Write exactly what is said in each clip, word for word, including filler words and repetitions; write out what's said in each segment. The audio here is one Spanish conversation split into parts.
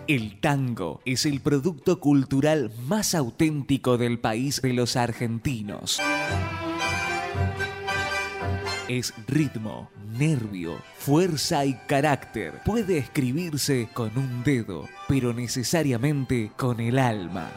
El tango es el producto cultural más auténtico del país de los argentinos. Es ritmo, nervio, fuerza y carácter. Puede escribirse con un dedo, pero necesariamente con el alma.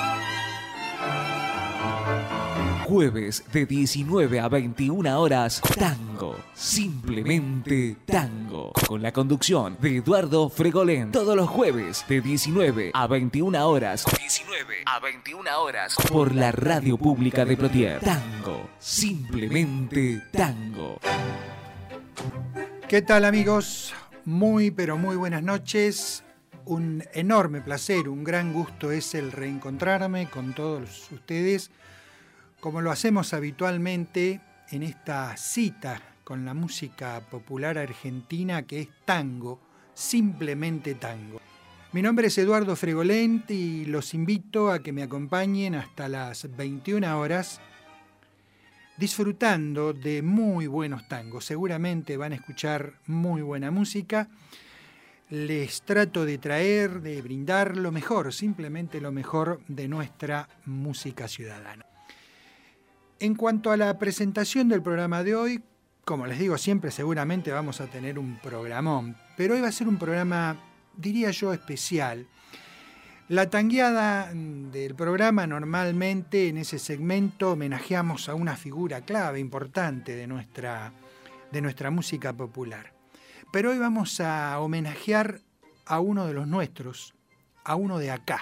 Jueves de diecinueve a veintiuna horas, Tango, simplemente tango. Con la conducción de Eduardo Fregolén. Todos los jueves de diecinueve a veintiuna horas. diecinueve a veintiuna horas. Por la radio pública de Plotier. Tango, simplemente tango. ¿Qué tal, amigos? Muy, pero muy buenas noches. Un enorme placer, un gran gusto es el reencontrarme con todos ustedes, como lo hacemos habitualmente en esta cita con la música popular argentina, que es tango, simplemente tango. Mi nombre es Eduardo Fregolén y los invito a que me acompañen hasta las veintiuna horas disfrutando de muy buenos tangos. Seguramente van a escuchar muy buena música. Les trato de traer, de brindar lo mejor, simplemente lo mejor de nuestra música ciudadana. En cuanto a la presentación del programa de hoy, como les digo siempre, seguramente vamos a tener un programón, pero hoy va a ser un programa, diría yo, especial. La tangueada del programa, normalmente en ese segmento homenajeamos a una figura clave, importante de nuestra, de nuestra música popular. Pero hoy vamos a homenajear a uno de los nuestros, a uno de acá.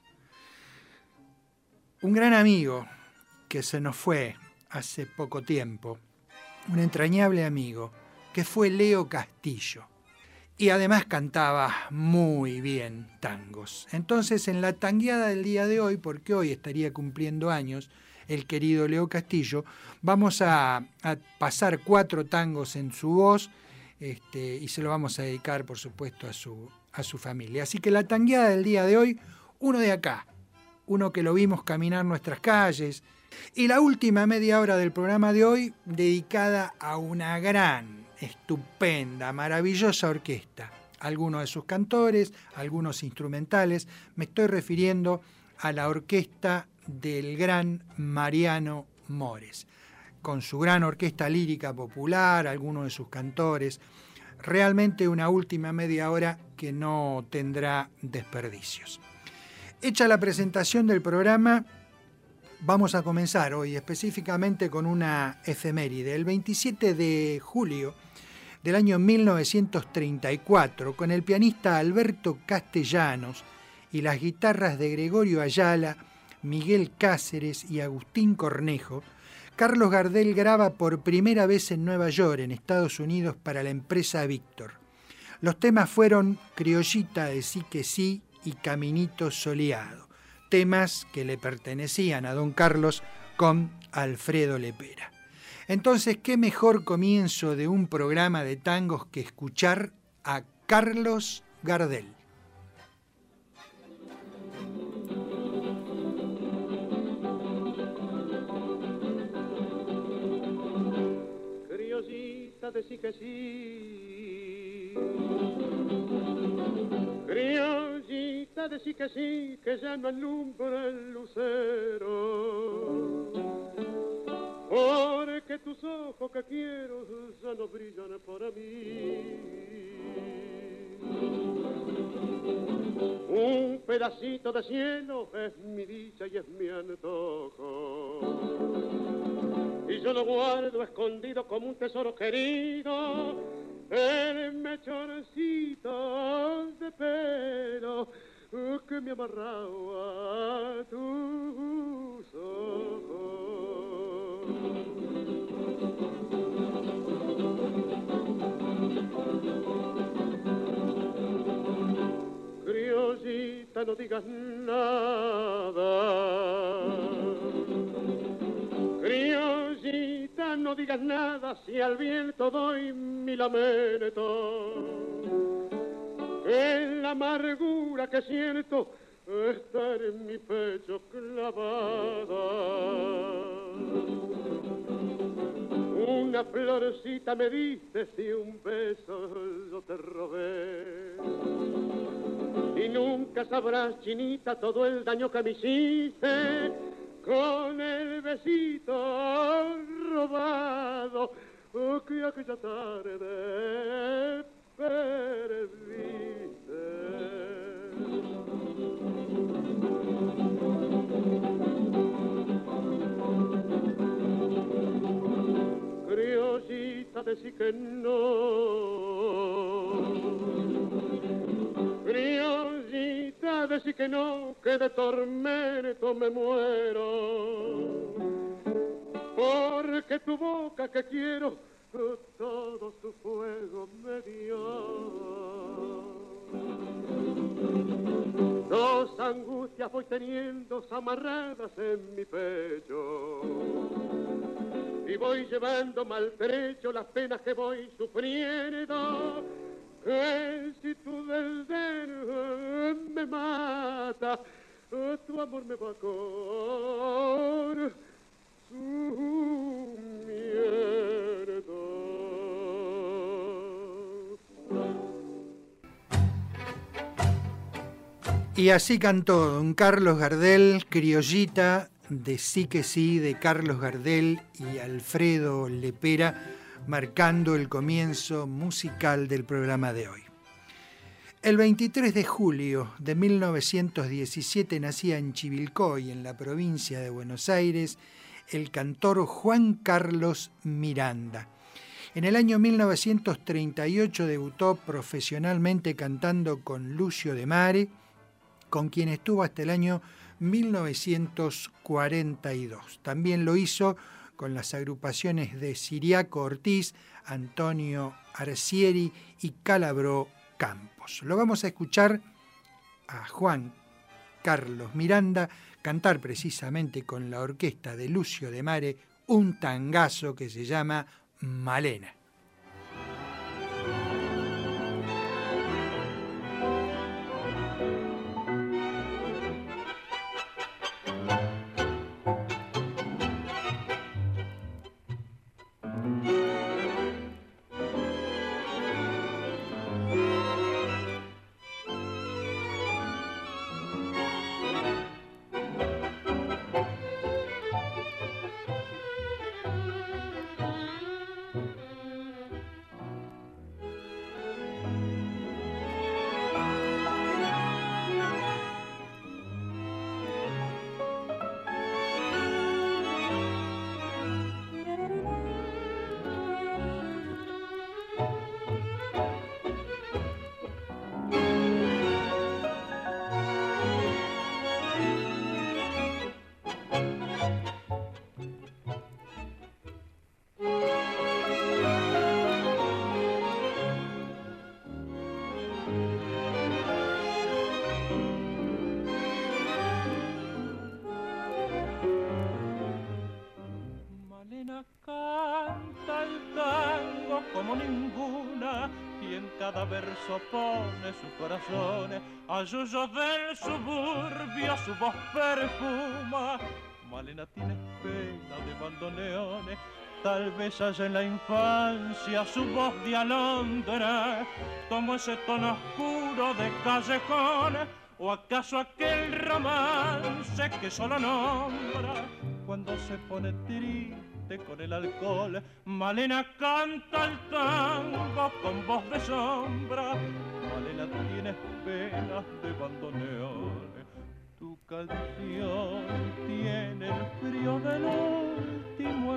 Un gran amigo que se nos fue hace poco tiempo, un entrañable amigo, que fue Leo Castillo. Y además cantaba muy bien tangos. Entonces, en la tangueada del día de hoy, porque hoy estaría cumpliendo años el querido Leo Castillo, vamos a, a pasar cuatro tangos en su voz, este, y se lo vamos a dedicar, por supuesto, a su, a su familia. Así que la tangueada del día de hoy, uno de acá, uno que lo vimos caminar nuestras calles. Y la última media hora del programa de hoy, dedicada a una gran, estupenda, maravillosa orquesta. Algunos de sus cantores, algunos instrumentales. Me estoy refiriendo a la orquesta del gran Mariano Mores, con su gran orquesta lírica popular, algunos de sus cantores. Realmente una última media hora que no tendrá desperdicios. Hecha la presentación del programa, vamos a comenzar hoy específicamente con una efeméride. El veintisiete de julio del año mil novecientos treinta y cuatro, con el pianista Alberto Castellanos y las guitarras de Gregorio Ayala, Miguel Cáceres y Agustín Cornejo, Carlos Gardel graba por primera vez en Nueva York, en Estados Unidos, para la empresa Víctor. Los temas fueron Criollita de Sí que Sí y Caminito Soleado, temas que le pertenecían a don Carlos con Alfredo Lepera. Entonces, ¿qué mejor comienzo de un programa de tangos que escuchar a Carlos Gardel? Criollita de sí que sí, criollita de sí que sí, que ya no alumbra el lucero, porque tus ojos que quiero ya no brillan para mí. Un pedacito de cielo es mi dicha y es mi antojo, y yo lo guardo escondido como un tesoro querido, el mechoncito de pelo que me amarraba a tus ojos. Criollita, no digas nada, criollita, no digas nada, si al viento doy mi lamento, en la amargura que siento está en mi pecho clavada. Una florecita me diste y un beso yo te robé, y nunca sabrás, chinita, todo el daño que me hiciste con el besito robado que aquella tarde perdiste. Criollita, decí que no. Criollita, decí que no, que de tormento me muero. Porque tu boca que quiero, todo su fuego me dio. Dos angustias voy teniendo amarradas en mi pecho. Y voy llevando maltrecho las penas que voy sufriendo. Que si tu desdén me mata, tu amor me va con su miedo. Y así cantó don Carlos Gardel, Criollita, de Sí que sí, de Carlos Gardel y Alfredo Lepera, marcando el comienzo musical del programa de hoy. El veintitrés de julio de mil novecientos diecisiete nacía en Chivilcoy, en la provincia de Buenos Aires, el cantor Juan Carlos Miranda. En el año mil novecientos treinta y ocho debutó profesionalmente cantando con Lucio de Mare, con quien estuvo hasta el año mil novecientos cuarenta y dos. También lo hizo con las agrupaciones de Siriaco Ortiz, Antonio Arcieri y Calabró Campos. Lo vamos a escuchar a Juan Carlos Miranda cantar precisamente con la orquesta de Lucio de Mare un tangazo que se llama Malena. Canta el tango como ninguna y en cada verso pone su corazón. A yuyos del suburbio su voz perfuma. Malena tiene pena de bandoneones, tal vez haya en la infancia su voz de alondra, como ese tono oscuro de callejón, o acaso aquel romance que solo nombra cuando se pone triste con el alcohol. Malena canta el tango con voz de sombra. Malena tiene penas de bandoneón. Tu canción tiene el frío del último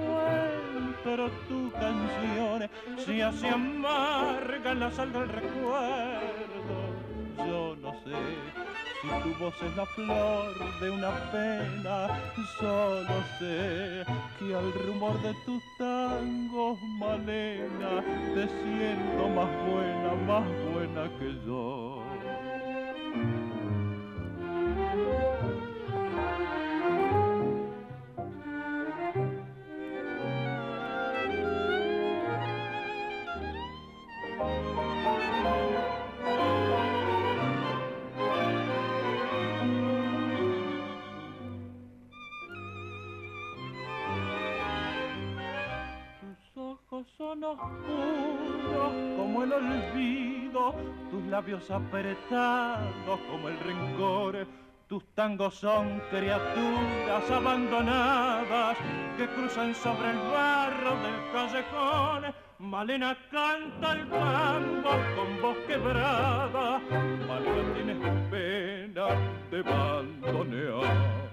encuentro. Tu canción se hace amarga en la sal del recuerdo. Yo no sé si tu voz es la flor de una pena, solo sé que al rumor de tus tangos, Malena, te siento más buena, más buena que yo. Son oscuros como el olvido mundo, tus labios apretados como el rencor. Tus tangos son criaturas abandonadas que cruzan sobre el barro del callejón. Malena canta el tango con voz quebrada, Malena tienes pena de bandonear.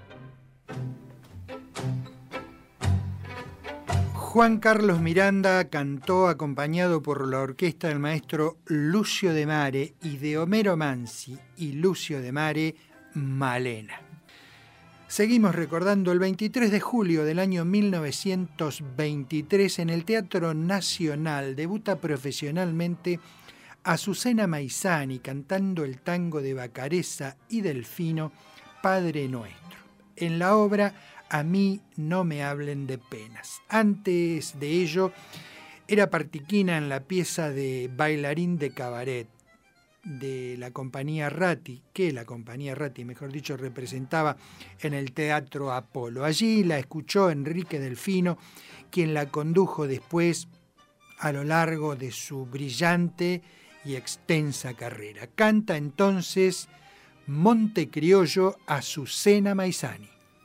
Juan Carlos Miranda cantó acompañado por la orquesta del maestro Lucio de Mare y de Homero Mansi y Lucio de Mare, Malena. Seguimos recordando el veintitrés de julio del año mil novecientos veintitrés en el Teatro Nacional debuta profesionalmente Azucena Maizani cantando el tango de Vacarezza y Delfino, Padre Nuestro. En la obra A mí no me hablen de penas. Antes de ello, era Partiquina en la pieza de Bailarín de Cabaret de la compañía Ratti, que la compañía Ratti, mejor dicho, representaba en el Teatro Apolo. Allí la escuchó Enrique Delfino, quien la condujo después a lo largo de su brillante y extensa carrera. Canta entonces Monte Criollo, Azucena Maizani.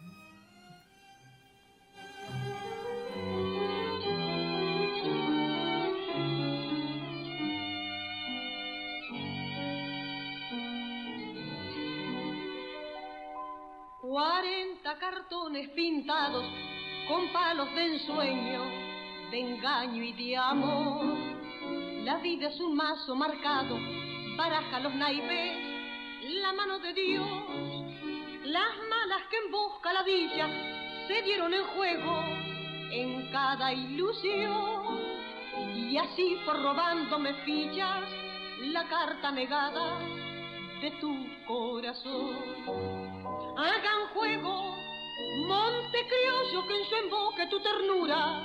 Cuarenta cartones pintados con palos de ensueño, de engaño y de amor. La vida es un mazo marcado, baraja los naipes, la mano de Dios. Las malas que en busca la villa se dieron en juego en cada ilusión. Y así fue robándome fichas la carta negada de tu corazón. Hagan juego, monte criollo, que en su emboque tu ternura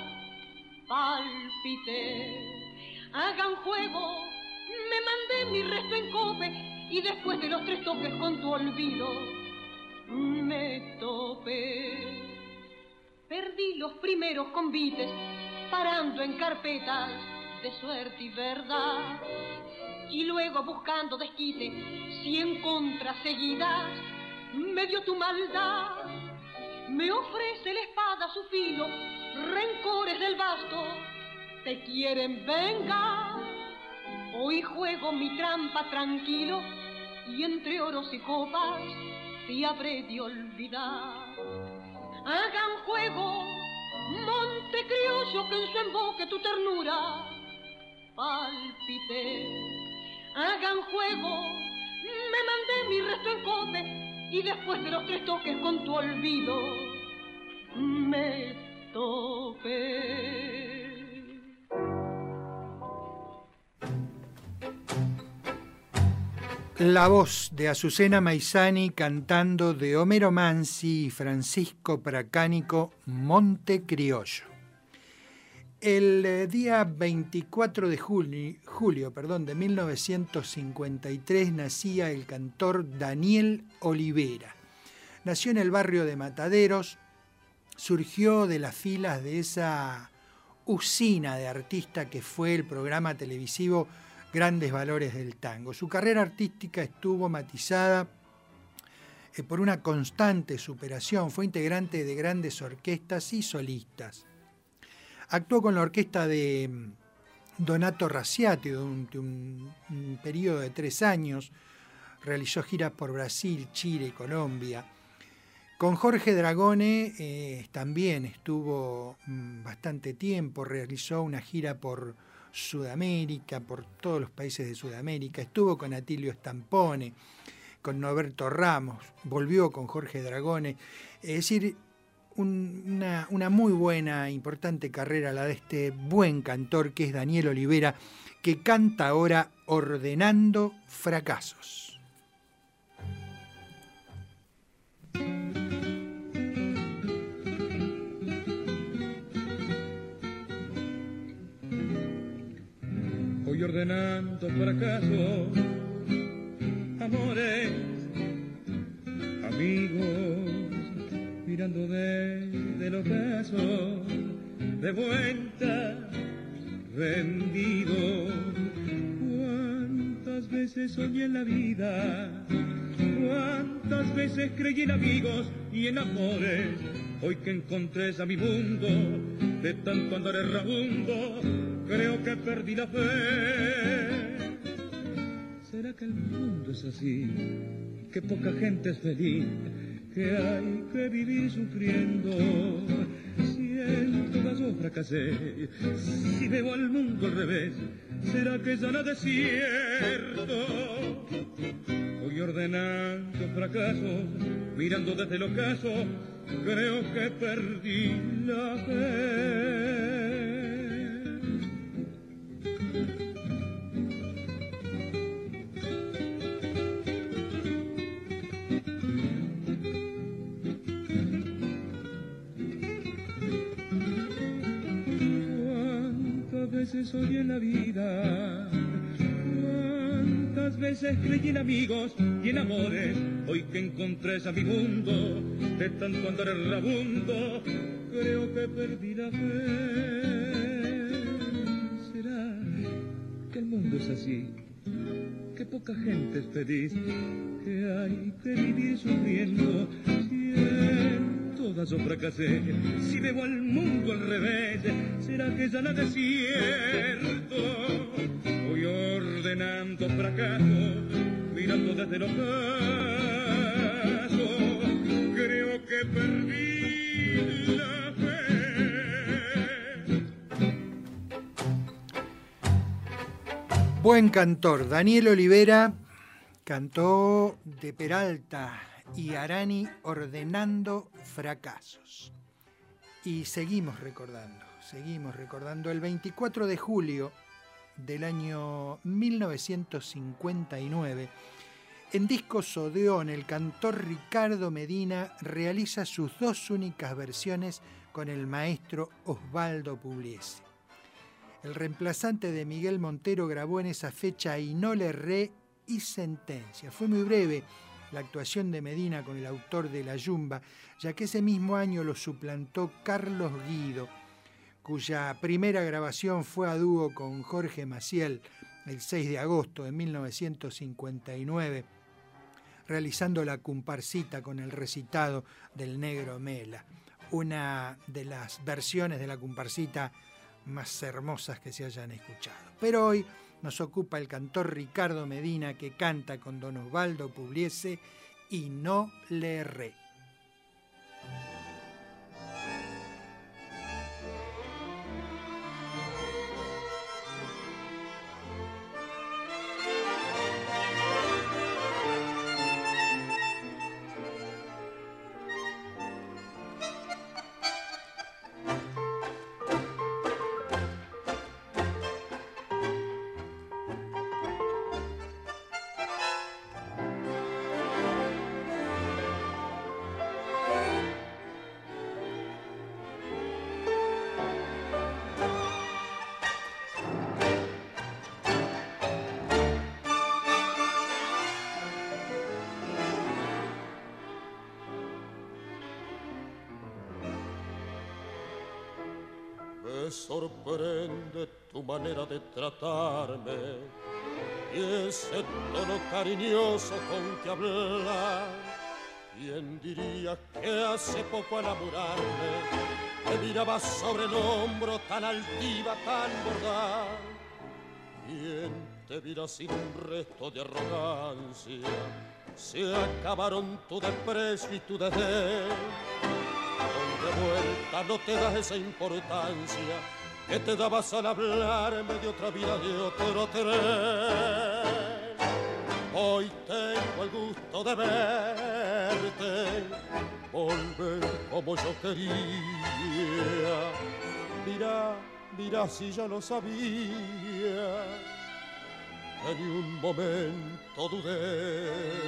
palpite. Hagan juego, me mandé mi resto en cope y después de los tres toques con tu olvido me topé. Perdí los primeros convites parando en carpetas de suerte y verdad y luego buscando desquite cien contras seguidas me dio tu maldad. Me ofrece la espada su filo, rencores del basto te quieren vengar. Hoy juego mi trampa tranquilo y entre oros y copas te habré de olvidar. Hagan juego, monte criollo, que en su emboque tu ternura palpite. Hagan juego, me mandé mi resto en cope y después de los tres toques con tu olvido me topé. La voz de Azucena Maizani cantando de Homero Mansi y Francisco Pracánico, Monte Criollo. El día veinticuatro de julio, julio perdón, de mil novecientos cincuenta y tres nacía el cantor Daniel Olivera. Nació en el barrio de Mataderos, surgió de las filas de esa usina de artista que fue el programa televisivo Grandes Valores del Tango. Su carrera artística estuvo matizada eh, por una constante superación. Fue integrante de grandes orquestas y solistas. Actuó con la orquesta de Donato Raciati durante un, un periodo de tres años. Realizó giras por Brasil, Chile y Colombia. Con Jorge Dragone eh, también estuvo mm, bastante tiempo. Realizó una gira por Sudamérica, por todos los países de Sudamérica. Estuvo con Atilio Stampone, con Norberto Ramos. Volvió con Jorge Dragone. Es decir, Un, una, una muy buena, importante carrera la de este buen cantor que es Daniel Olivera, que canta ahora Ordenando Fracasos. Voy ordenando fracasos, amores, amigos, mirando desde los brazos de vuelta rendido. Cuánto Cuántas veces soñé en la vida, cuántas veces creí en amigos y en amores. Hoy que encontré a mi mundo, de tanto andar errabundo, creo que perdí la fe. ¿Será que el mundo es así? Que poca gente es feliz, que hay que vivir sufriendo. Si en todas yo fracasé, si veo al mundo al revés, ¿será que ya nada es cierto? Hoy ordenando fracasos, mirando desde el ocaso, creo que perdí la fe. Cuántas veces soy en la vida, cuántas veces creí en amigos y en amores. Hoy que encontré a mi mundo, de tanto andar errabundo, creo que perdí la fe. ¿Será que el mundo es así? Que poca gente es feliz, que hay que vivir sufriendo. Si en todas yo fracasé, si veo al mundo al revés, ¿será que ya nada es cierto? Voy ordenando fracasos, mirando desde el ocaso, creo que perdí la fe. Buen cantor, Daniel Olivera cantó de Peralta y Arani ordenando fracasos. Y seguimos recordando, seguimos recordando el veinticuatro de julio del año mil novecientos cincuenta y nueve, en Discos Odeón, el cantor Ricardo Medina realiza sus dos únicas versiones con el maestro Osvaldo Pugliese. El reemplazante de Miguel Montero grabó en esa fecha Y no le erré y Sentencia. Fue muy breve la actuación de Medina con el autor de La Yumba, ya que ese mismo año lo suplantó Carlos Guido, cuya primera grabación fue a dúo con Jorge Maciel el seis de agosto de mil novecientos cincuenta y nueve, realizando la comparsita con el recitado del Negro Mela, una de las versiones de la comparsita más hermosas que se hayan escuchado. Pero hoy nos ocupa el cantor Ricardo Medina, que canta con don Osvaldo Pugliese Y no le erré. Me sorprende tu manera de tratarme y ese tono cariñoso con que hablar. ¿Quién diría que hace poco al enamorarme me mirabas sobre el hombro tan altiva, tan bordada? ¿Quién te mira sin un resto de arrogancia? Se acabaron tu desprecio y tu desdén. De vuelta no te das esa importancia que te dabas al hablarme de otra vida, de otro tren. Hoy tengo el gusto de verte volver como yo quería. Mira, mira si ya lo sabía, que ni un momento dudé.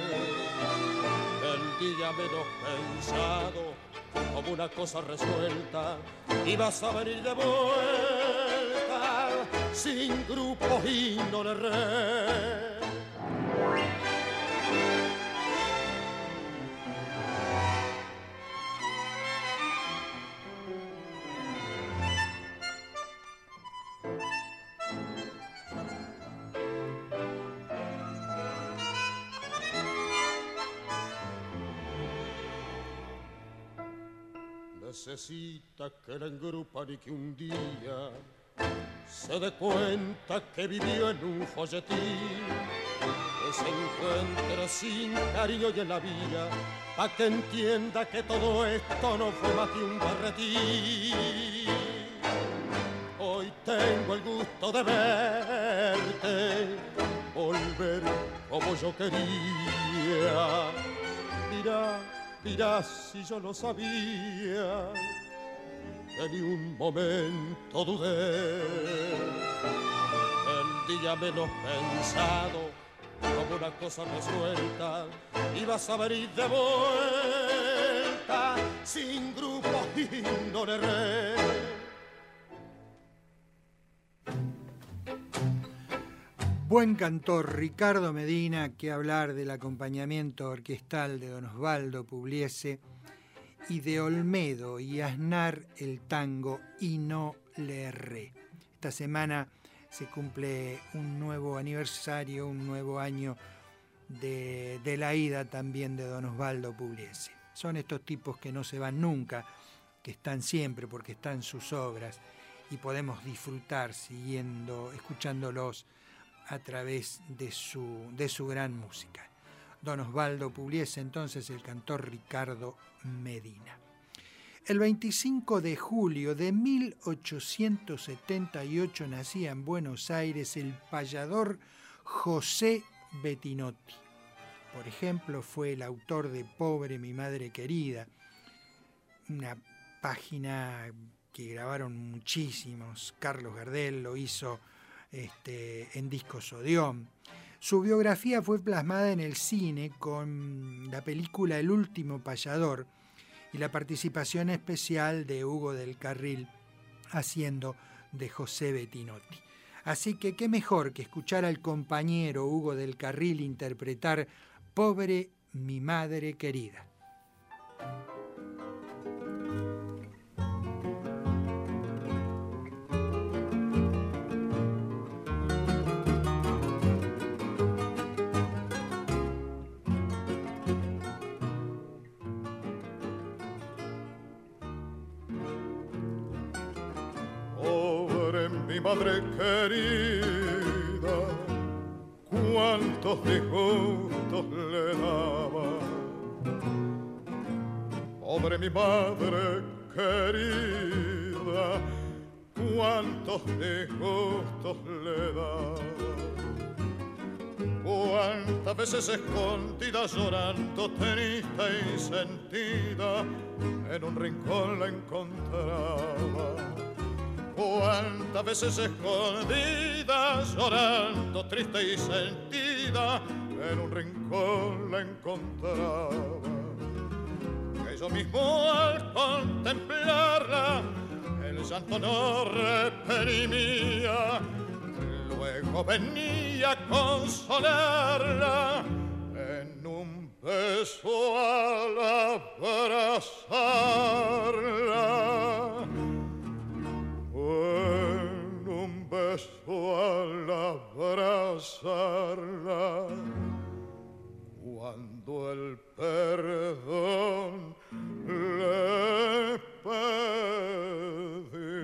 El día menos pensado, como una cosa resuelta, ibas a venir de vuelta, sin grupos y no le erré. necesita que la engrupan y que un día se dé cuenta que vivió en un folletín, que se encuentra sin cariño y en la vía, pa' que entienda que todo esto no fue más que un berretín. Hoy tengo el gusto de verte volver como yo quería. Mirá, mirá si yo lo sabía, que ni un momento dudé. El día menos pensado, como una cosa resuelta, ibas a venir de vuelta, sin grupo y no le erré. Buen cantor Ricardo Medina, que hablar del acompañamiento orquestal de don Osvaldo Pugliese y de Olmedo y Aznar el tango Y no le erré. Esta semana se cumple un nuevo aniversario, un nuevo año de, de la ida también de don Osvaldo Pugliese. Son estos tipos que no se van nunca, que están siempre porque están sus obras y podemos disfrutar siguiendo, escuchándolos a través de su, de su gran música. Don Osvaldo Pugliese, entonces el cantor Ricardo Medina. El veinticinco de julio de mil ochocientos setenta y ocho nacía en Buenos Aires el payador José Bettinotti. Por ejemplo, fue el autor de Pobre mi madre querida, una página que grabaron muchísimos. Carlos Gardel lo hizo Este, en Discos Odeón. Su biografía fue plasmada en el cine con la película El último payador y la participación especial de Hugo del Carril haciendo de José Bettinotti. Así que qué mejor que escuchar al compañero Hugo del Carril interpretar Pobre mi madre querida. Mi madre querida, cuántos disgustos le daba. Pobre mi madre querida, cuántos disgustos le daba. Cuántas veces escondida, llorando, triste y sentida, en un rincón la encontraba. Cuántas veces escondida, llorando, triste y sentida, en un rincón la encontraba. Que yo mismo al contemplarla, el llanto no reprimía. Luego venía a consolarla, en un beso al abrazarla. En un beso al abrazarla, cuando el perdón le pedí.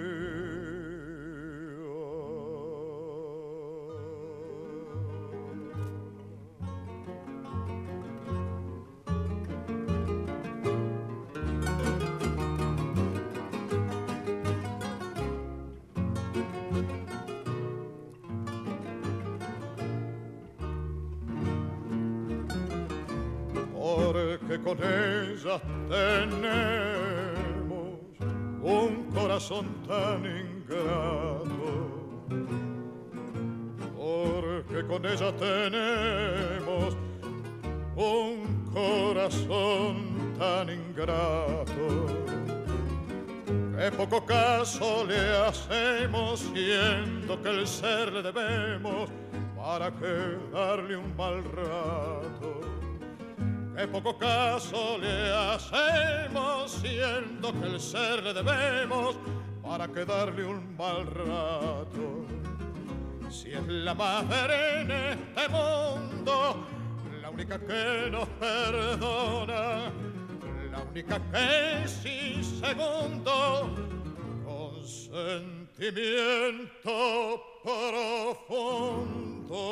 Porque con ella tenemos un corazón tan ingrato, porque con ella tenemos un corazón tan ingrato, que poco caso le hacemos, siendo que el ser le debemos, para que darle un mal rato. Que poco caso le hacemos, siendo que el ser le debemos, para que darle un mal rato. Si es la madre en este mundo, la única que nos perdona, la única que sin segundo, con sentimiento profundo,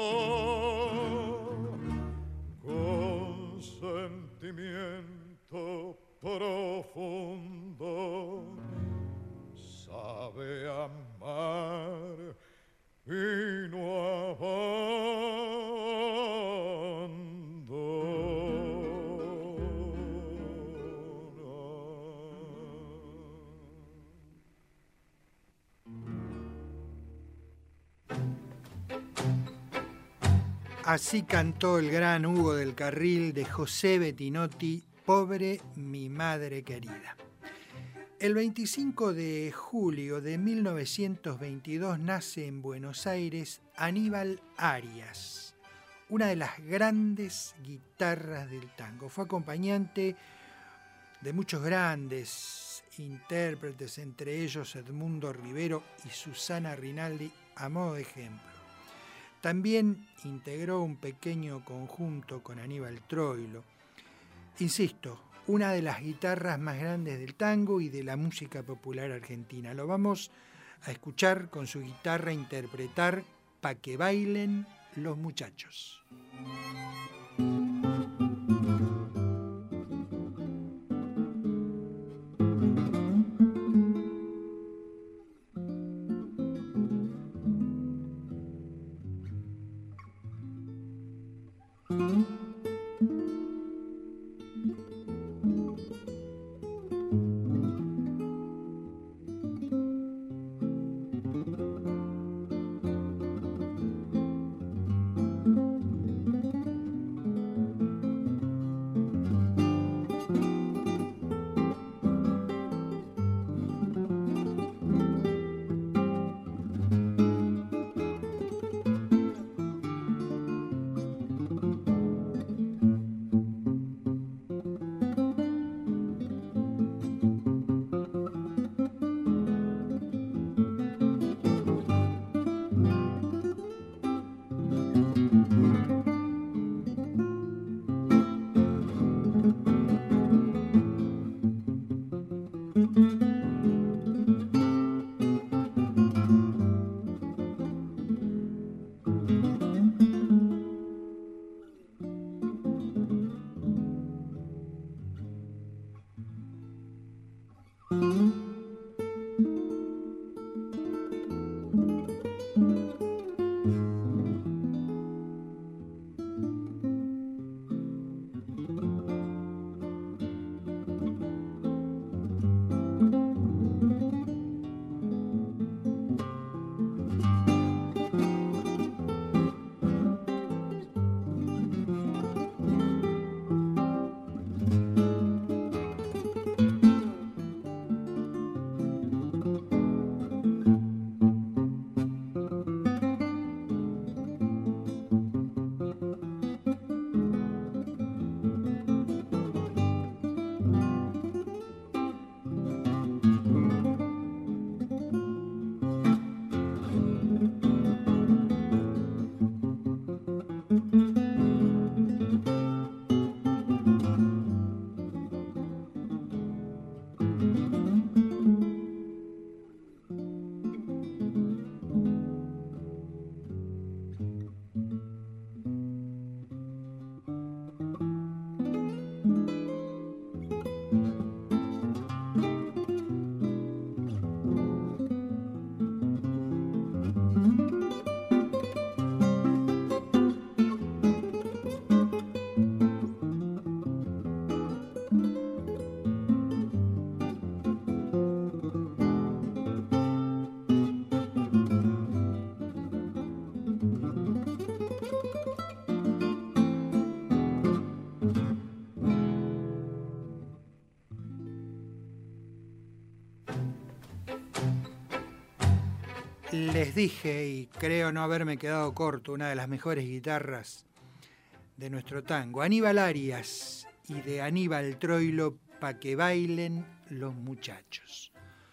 con sentimiento profundo, sabe amar y no Así cantó el gran Hugo del Carril de José Bettinotti, Pobre mi madre querida. El veinticinco de julio de mil novecientos veintidós nace en Buenos Aires Aníbal Arias, una de las grandes guitarras del tango. Fue acompañante de muchos grandes intérpretes, entre ellos Edmundo Rivero y Susana Rinaldi, a modo de ejemplo. También integró un pequeño conjunto con Aníbal Troilo. Insisto, una de las guitarras más grandes del tango y de la música popular argentina. Lo vamos a escuchar con su guitarra interpretar Pa' que bailen los muchachos. Les dije, y creo no haberme quedado corto, una de las mejores guitarras de nuestro tango. Aníbal Arias y de Aníbal Troilo, Pa' que bailen los muchachos.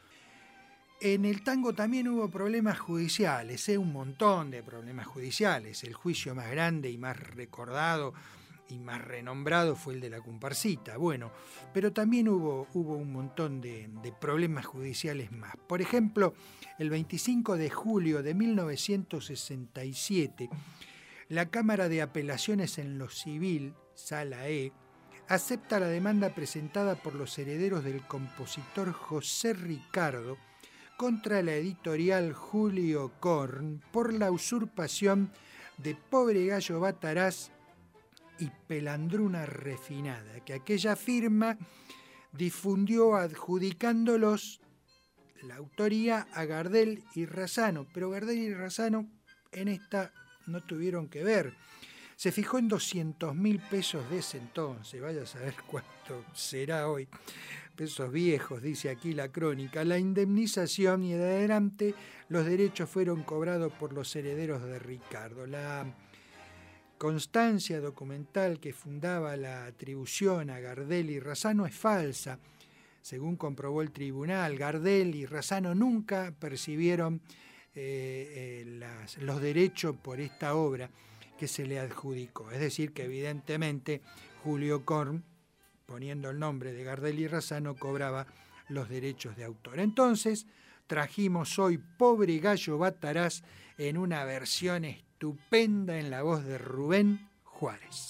En el tango también hubo problemas judiciales, ¿eh? Un montón de problemas judiciales. El juicio más grande y más recordado y más renombrado fue el de la comparsita. Bueno, pero también hubo, hubo un montón de, de problemas judiciales más. Por ejemplo, el veinticinco de julio de mil novecientos sesenta y siete, la Cámara de Apelaciones en lo Civil, Sala E, acepta la demanda presentada por los herederos del compositor José Ricardo contra la editorial Julio Korn por la usurpación de Pobre Gallo Bataraz y Pelandruna Refinada, que aquella firma difundió adjudicándolos la autoría a Gardel y Razzano, pero Gardel y Razzano en esta no tuvieron que ver. Se fijó en doscientos mil pesos de ese entonces, vaya a saber cuánto será hoy, pesos viejos, dice aquí la crónica, la indemnización, y de adelante los derechos fueron cobrados por los herederos de Ricardo. La constancia documental que fundaba la atribución a Gardel y Razzano es falsa. Según comprobó el tribunal, Gardel y Razzano nunca percibieron eh, eh, las, los derechos por esta obra que se le adjudicó. Es decir, que evidentemente Julio Korn, poniendo el nombre de Gardel y Razzano, cobraba los derechos de autor. Entonces, trajimos hoy Pobre Gallo Bataraz en una versión estupenda en la voz de Rubén Juárez.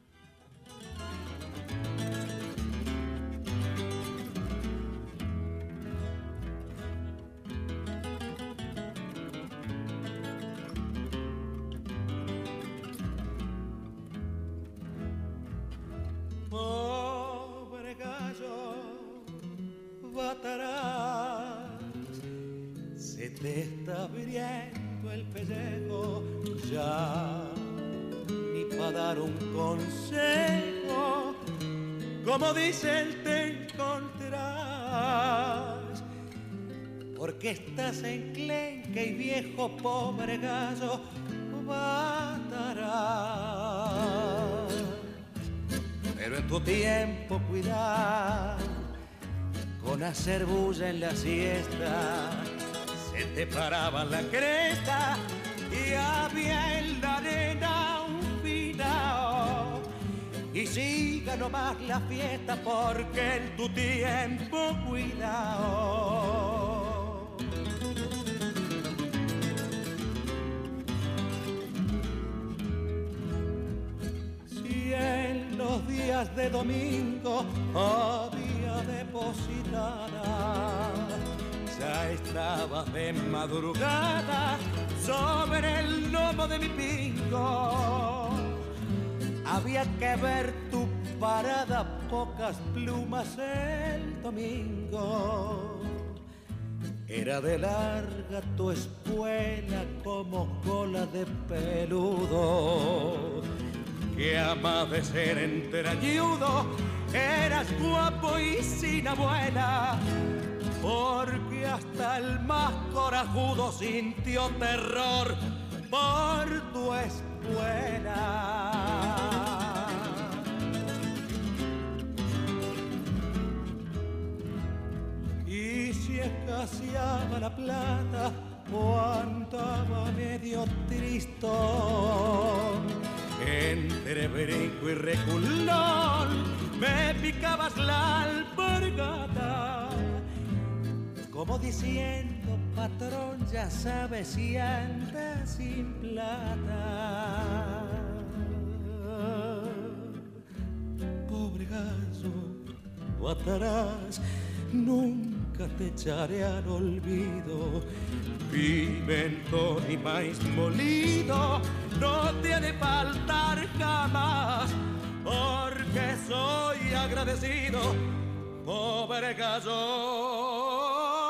Pobre gallo Bataraz, se te está abriendo el pellejo, ya ni para dar un consejo, como dicen te encontrarás, porque estás enclenque y viejo, pobre gallo Bataraz. Pero en tu tiempo cuidar con hacer bulla en la siesta, se te paraba la cresta y había en la arena un finao. Y siga nomás la fiesta porque en tu tiempo cuidado. Si en los días de domingo había depositada, ya estaba de madrugada sobre el lomo de mi pingo. Había que ver tu parada, pocas plumas el domingo. Era de larga tu espuela como cola de peludo, que a más de ser entrañudo eras guapo y sin abuela, porque hasta el más corajudo sintió terror por tu espuela. Y si escaseaba la plata o andaba medio tristón, entre brinco y reculón me picabas la alpargata, como diciendo, patrón, ya sabes si anda sin plata. Pobre gallo Bataraz, nunca te echaré al olvido. Pimentón y maíz molido no te ha de faltar jamás, porque soy agradecido, pobre gallo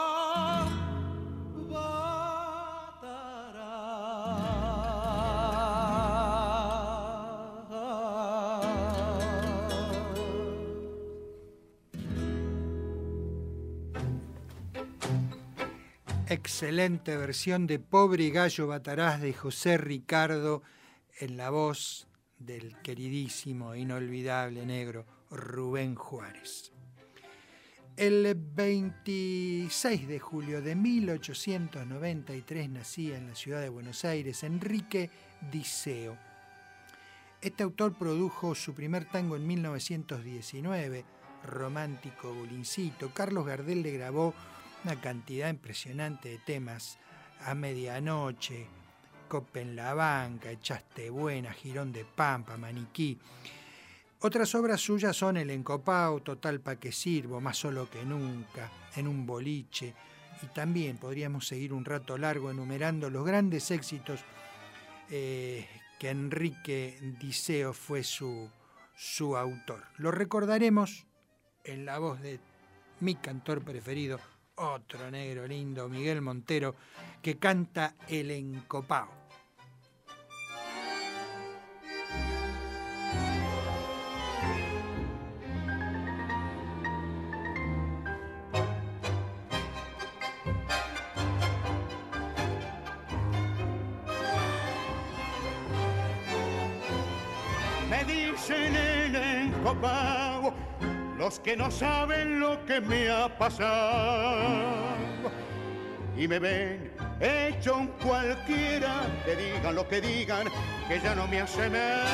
Excelente versión de Pobre Gallo Bataraz de José Ricardo en la voz del queridísimo, inolvidable negro Rubén Juárez. El veintiséis de julio de mil ochocientos noventa y tres nacía en la ciudad de Buenos Aires Enrique Diceo. Este autor produjo su primer tango en mil novecientos diecinueve, Romántico Bulincito. Carlos Gardel le grabó una cantidad impresionante de temas: A Medianoche, Copa en la Banca, Echaste Buena, Girón de Pampa, Maniquí. Otras obras suyas son El Encopao, Total pa' que sirvo, Más solo que nunca, En un boliche. Y también podríamos seguir un rato largo enumerando los grandes éxitos eh, que Enrique Diceo fue su, su autor. Lo recordaremos en la voz de mi cantor preferido, otro negro lindo, Miguel Montero, que canta El Encopao. Me dicen el encopao los que no saben lo que me ha pasado y me ven hecho un cualquiera, que digan lo que digan, que ya no me asemella.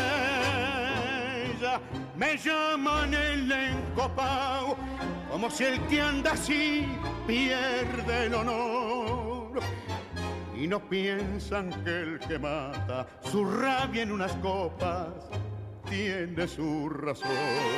Me llaman el encopao, como si el que anda así pierde el honor. Y no piensan que el que mata su rabia en unas copas tiene su razón.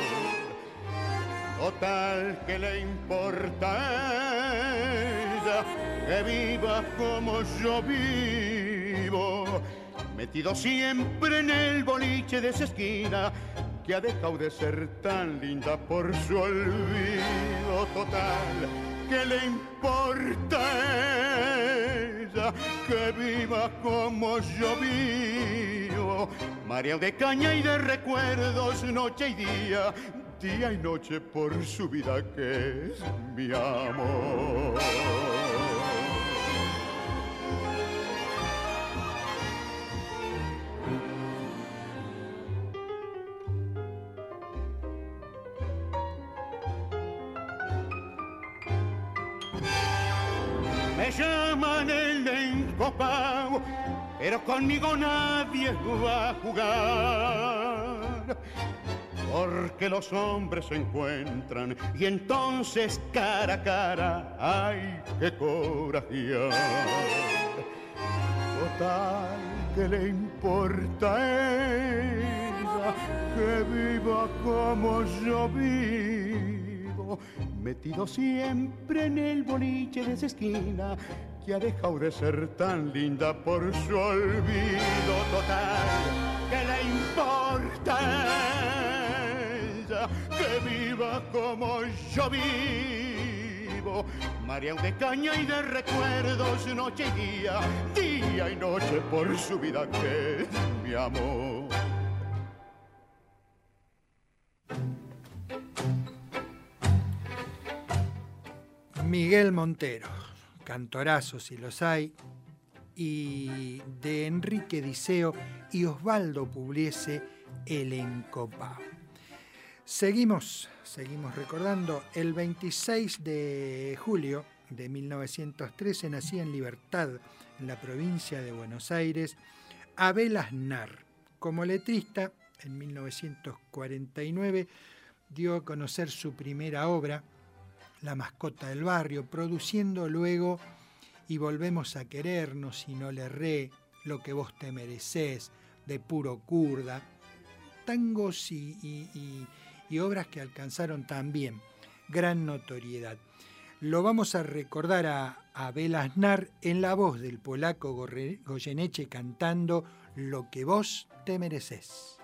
Total, que le importa a ella que viva como yo vivo, metido siempre en el boliche de esa esquina que ha dejado de ser tan linda por su olvido. Total, que le importa a ella que viva como yo vivo, mareado de caña y de recuerdos, noche y día, día y noche por su vida que es mi amor. Me llaman el encopao, pero conmigo nadie va a jugar, porque los hombres se encuentran y entonces cara a cara hay que corajear. Total, que le importa a ella que viva como yo vivo, metido siempre en el boliche de esa esquina que ha dejado de ser tan linda por su olvido. Total, que le importa a ella que viva como yo vivo, mareado de caña y de recuerdos, noche y día, día y noche por su vida que es mi amor. Miguel Montero, cantorazo si los hay, y de Enrique Diceo y Osvaldo Pugliese, El Encopao. Seguimos, seguimos recordando, el veintiséis de julio de mil novecientos trece nacía en Libertad, en la provincia de Buenos Aires, Abel Aznar. Como letrista, en mil novecientos cuarenta y nueve dio a conocer su primera obra, La mascota del barrio, produciendo luego Y volvemos a querernos y no le erré, Lo que vos te merecés, De puro kurda, tangos y, y, y, y obras que alcanzaron también gran notoriedad. Lo vamos a recordar a, a Abel Aznar en la voz del polaco Goyeneche cantando Lo que vos te merecés.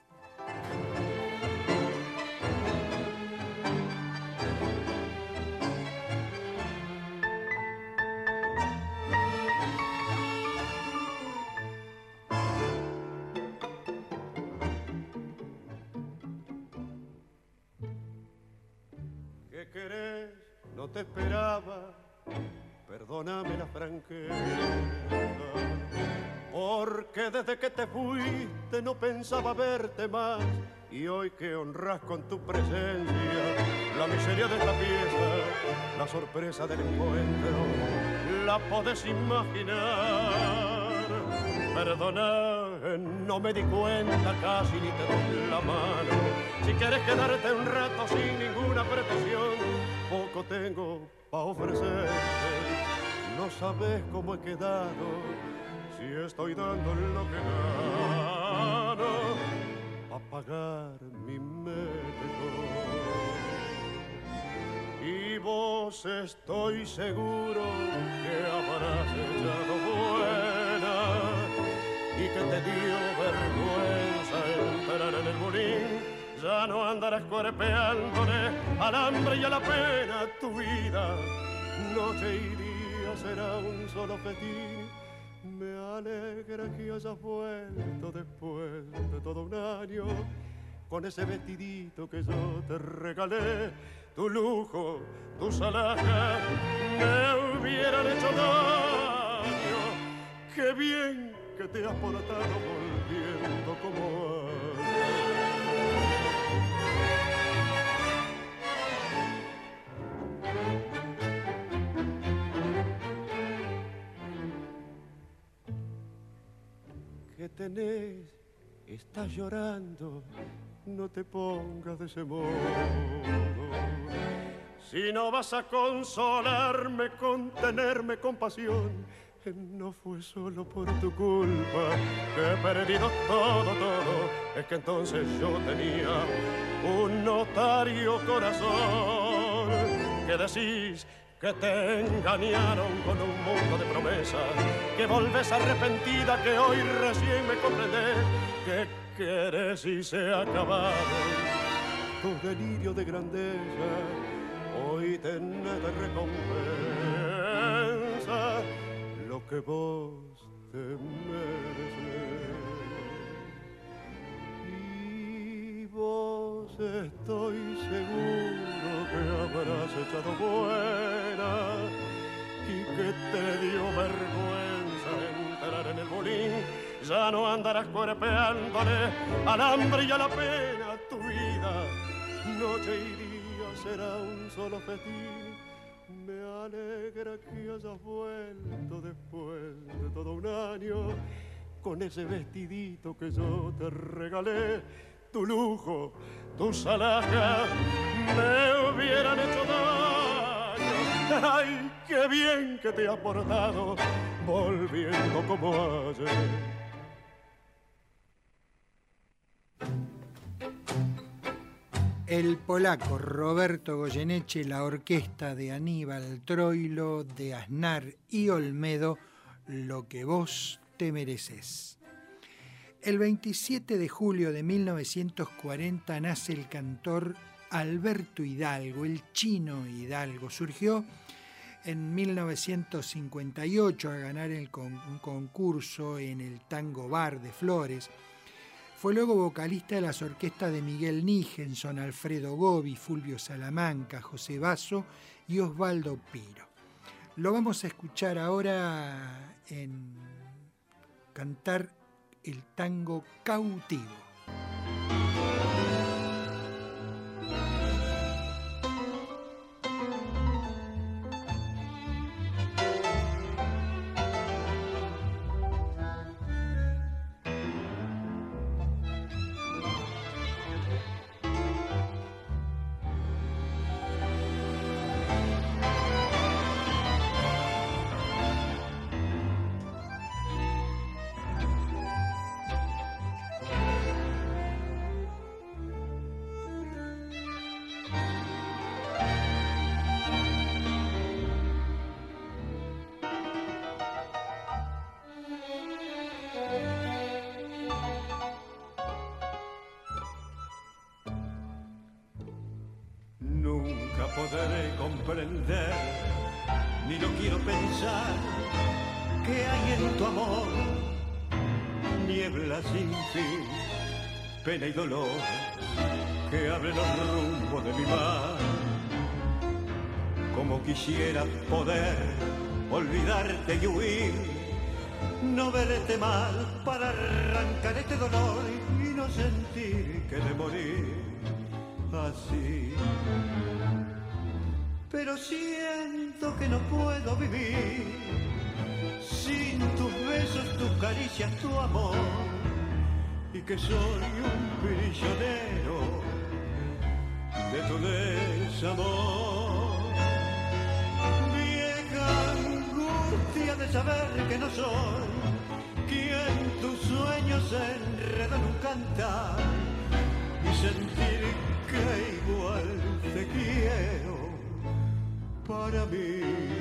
¿Qué querés? No te esperaba, perdóname la franqueza, porque desde que te fuiste no pensaba verte más, y hoy que honras con tu presencia la miseria de esta pieza, la sorpresa del encuentro, la podés imaginar. Perdona no me di cuenta casi ni te doy la mano. Si quieres quedarte un rato sin ninguna pretensión, poco tengo pa' ofrecerte. No sabes cómo he quedado, si estoy dando lo que gano pa' pagar mi médico. Y vos estoy seguro que habrás echado buena y que te dio vergüenza entrar en el molín. Ya no andarás cuerpeándole al hambre y a la pena. Tu vida, noche y día, será un solo festín. Me alegra que hayas vuelto después de todo un año con ese vestidito que yo te regalé. Tu lujo, tus alhajas me hubieran hecho daño. Qué bien que te has portado volviendo como ¿qué tenés? Estás llorando, no te pongas de ese modo. Si no vas a consolarme, contenerme con pasión, no fue solo por tu culpa que he perdido todo, todo. Es que entonces yo tenía un notario corazón. ¿Qué decís? Que te engañaron con un mundo de promesas, que volves arrepentida, que hoy recién me comprendés, que querés y se ha acabado tu delirio de grandeza. Hoy tenés de recompensa lo que vos te mereces. Y vos estoy seguro que habrás echado buena y que te dio vergüenza entrar en el molín. Ya no andarás cuerpeándole al hambre y a la pena. Tu vida, noche y día, será un solo festín. Me alegra que hayas vuelto después de todo un año con ese vestidito que yo te regalé. Tu lujo, tus alhajas me hubieran hecho daño. ¡Ay, qué bien que te has portado volviendo como ayer! El polaco Roberto Goyeneche, la orquesta de Aníbal Troilo, de Aznar y Olmedo, Lo que vos te mereces. El veintisiete de julio de mil novecientos cuarenta nace el cantor Alberto Hidalgo, el Chino Hidalgo. Surgió en mil novecientos cincuenta y ocho a ganar el con, un concurso en el Tango Bar de Flores. Fue luego vocalista de las orquestas de Miguel Nígenson, Alfredo Gobi, Fulvio Salamanca, José Basso y Osvaldo Piro. Lo vamos a escuchar ahora en cantar el tango Cautivo. Podré comprender, ni lo quiero pensar, que hay en tu amor niebla sin fin, pena y dolor que abren los rumbos de mi mar. Como quisiera poder olvidarte y huir, no verte mal para arrancar este dolor y no sentir que de morir así. Pero siento que no puedo vivir sin tus besos, tus caricias, tu amor. y que soy un prisionero de tu desamor. Vieja angustia de saber que no soy quien tus sueños enreda en un cantar y sentir que igual te quiero para mí.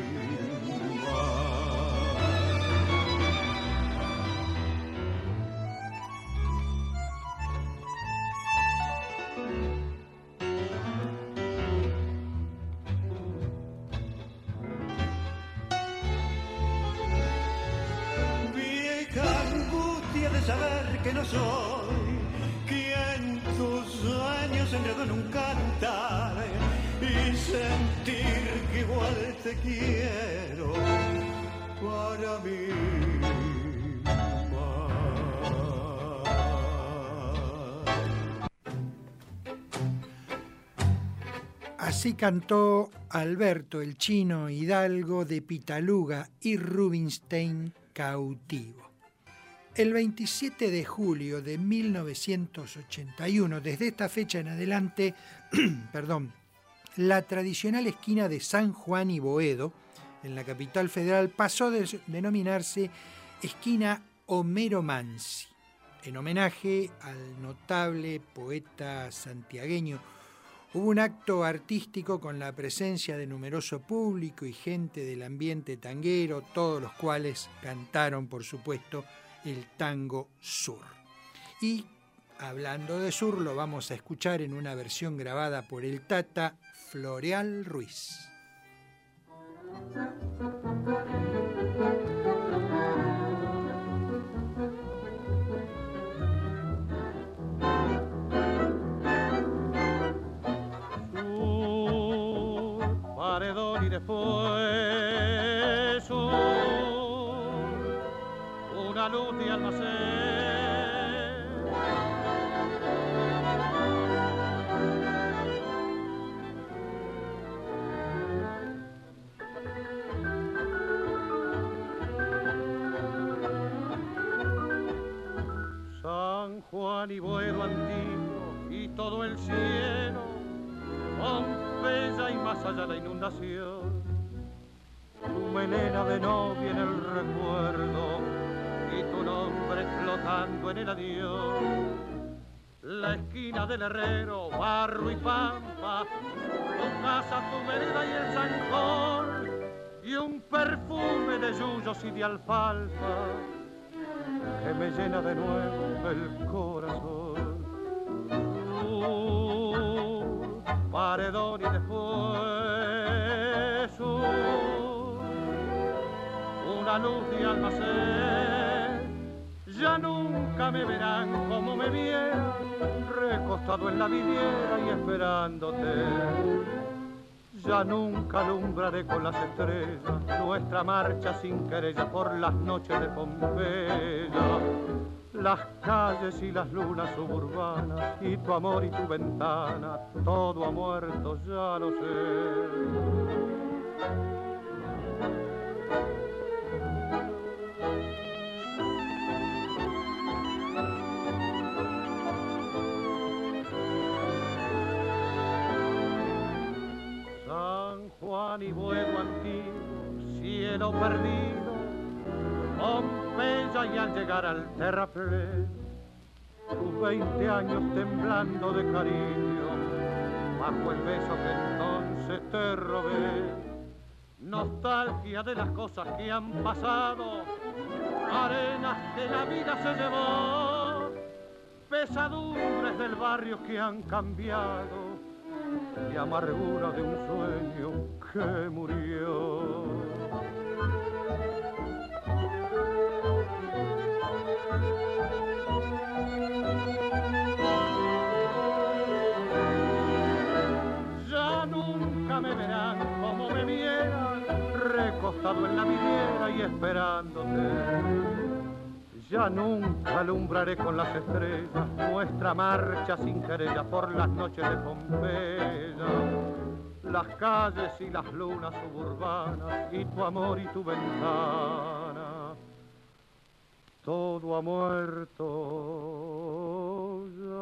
Saber que no soy quien tus sueños enredó en un cantar y sentir que igual te quiero para mí más. Así cantó Alberto el Chino Hidalgo de Pitaluga y Rubinstein Cautivo. El veintisiete de julio de mil novecientos ochenta y uno, desde esta fecha en adelante, perdón, la tradicional esquina de San Juan y Boedo, en la capital federal, pasó a denominarse esquina Homero Mansi, en homenaje al notable poeta santiagueño. Hubo un acto artístico con la presencia de numeroso público y gente del ambiente tanguero, todos los cuales cantaron, por supuesto, el tango sur. Y hablando de sur, lo vamos a escuchar en una versión grabada por el Tata Floreal Ruiz. Sur, paredón y después sur, una luz de almacén. San Juan y Boedo antiguo y todo el cielo, Pompeya y más allá la inundación. Tu melena de novia en el recuerdo y tu nombre flotando en el adiós. La esquina del herrero, barro y pampa, tu casa, tu vereda y el zancón, y un perfume de yuyos y de alfalfa que me llena de nuevo el corazón. Uh, paredón y después uh, una luz de almacén. Ya nunca me verán como me vieran, recostado en la vidriera y esperándote. Ya nunca alumbraré con las estrellas nuestra marcha sin querella por las noches de Pompeya. Las calles y las lunas suburbanas y tu amor y tu ventana, todo ha muerto, ya lo sé. Juan y Boedo antiguo, cielo perdido, Pompeya y al llegar al terraplén, tus veinte años temblando de cariño, bajo el beso que entonces te robé, nostalgia de las cosas que han pasado, arenas que la vida se llevó, pesadumbres del barrio que han cambiado, y amargura de un sueño que murió. Ya nunca me verán como me vieran, recostado en la vidriera y esperándote. Ya nunca alumbraré con las estrellas nuestra marcha sin querella por las noches de Pompeya. Las calles y las lunas suburbanas y tu amor y tu ventana, todo ha muerto.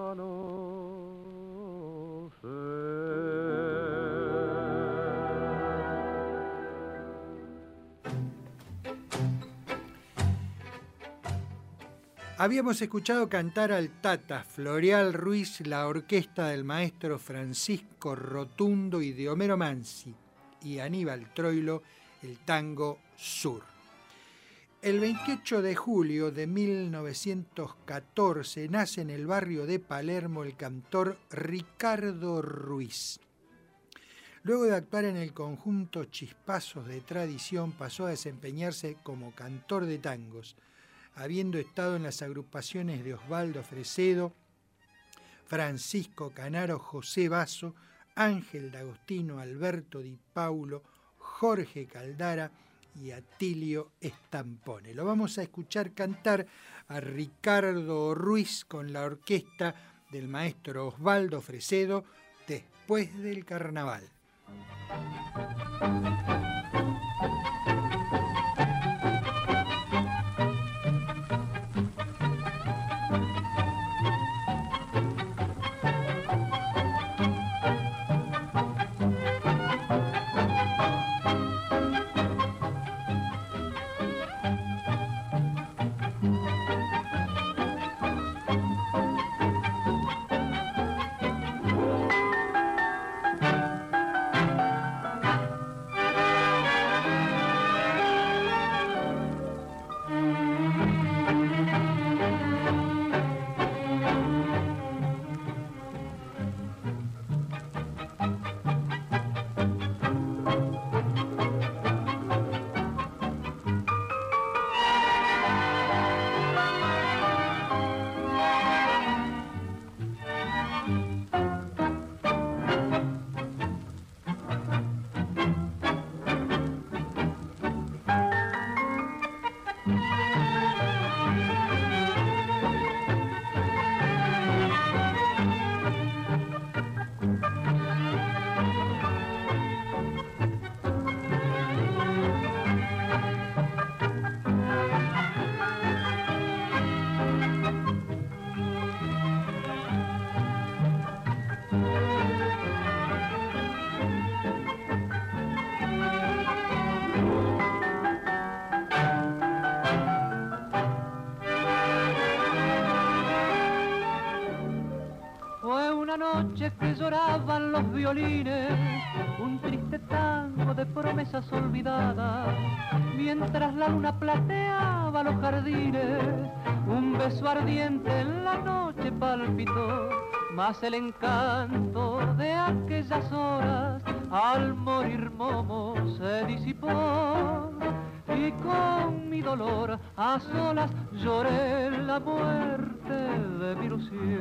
Habíamos escuchado cantar al Tata Floreal Ruiz la orquesta del maestro Francisco Rotundo y de Homero Mansi y Aníbal Troilo el tango Sur. El veintiocho de julio de mil novecientos catorce nace en el barrio de Palermo el cantor Ricardo Ruiz. Luego de actuar en el conjunto Chispazos de Tradición pasó a desempeñarse como cantor de tangos, habiendo estado en las agrupaciones de Osvaldo Fresedo, Francisco Canaro, José Basso, Ángel D'Agostino, Alberto Di Paulo, Jorge Caldara y Atilio Stampone. Lo vamos a escuchar cantar a Ricardo Ruiz con la orquesta del maestro Osvaldo Fresedo después del carnaval. Noche que lloraban los violines, un triste tango de promesas olvidadas, mientras la luna plateaba los jardines, un beso ardiente en la noche palpitó, mas el encanto de aquellas horas al morir Momo se disipó, y con mi dolor a solas lloré la muerte de mi ilusión.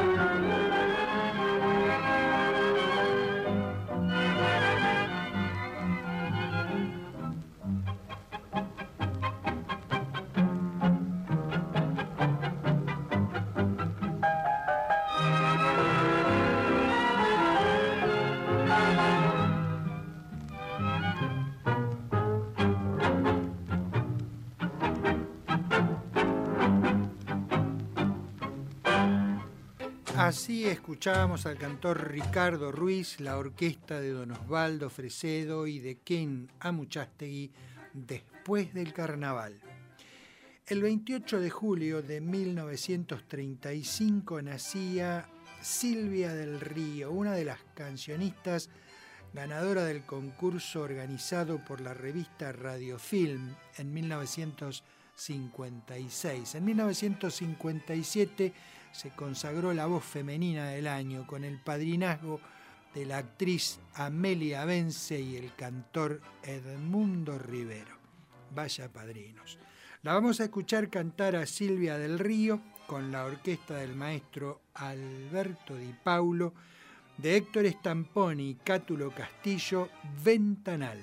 Así escuchábamos al cantor Ricardo Ruiz, la orquesta de don Osvaldo Fresedo y de Ken Amuchastegui después del carnaval. El veintiocho de julio de mil novecientos treinta y cinco nacía Silvia del Río, una de las cancionistas ganadora del concurso organizado por la revista Radiofilm en mil novecientos cincuenta y seis. En mil novecientos cincuenta y siete se consagró la voz femenina del año con el padrinazgo de la actriz Amelia Bence y el cantor Edmundo Rivero. Vaya padrinos. La vamos a escuchar cantar a Silvia del Río con la orquesta del maestro Alberto Di Paulo, de Héctor Stampone y Cátulo Castillo, Ventanal.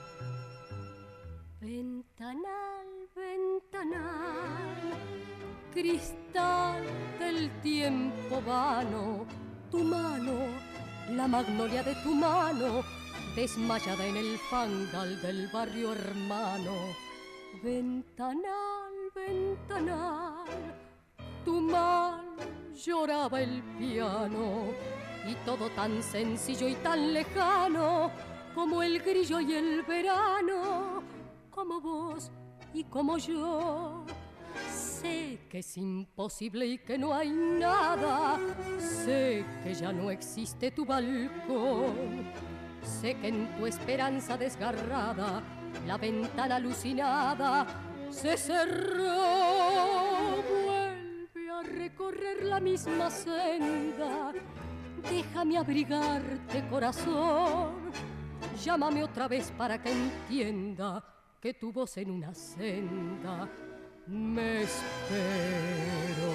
Ventanal, ventanal, cristal del tiempo vano, tu mano, la magnolia de tu mano, desmayada en el fangal del barrio hermano. Ventanal, ventanal, tu mal lloraba el piano, y todo tan sencillo y tan lejano, como el grillo y el verano, como vos y como yo. Sé que es imposible y que no hay nada, sé que ya no existe tu balcón, sé que en tu esperanza desgarrada la ventana alucinada se cerró. Vuelve a recorrer la misma senda, déjame abrigarte, corazón, llámame otra vez para que entienda que tu voz en una senda me espero.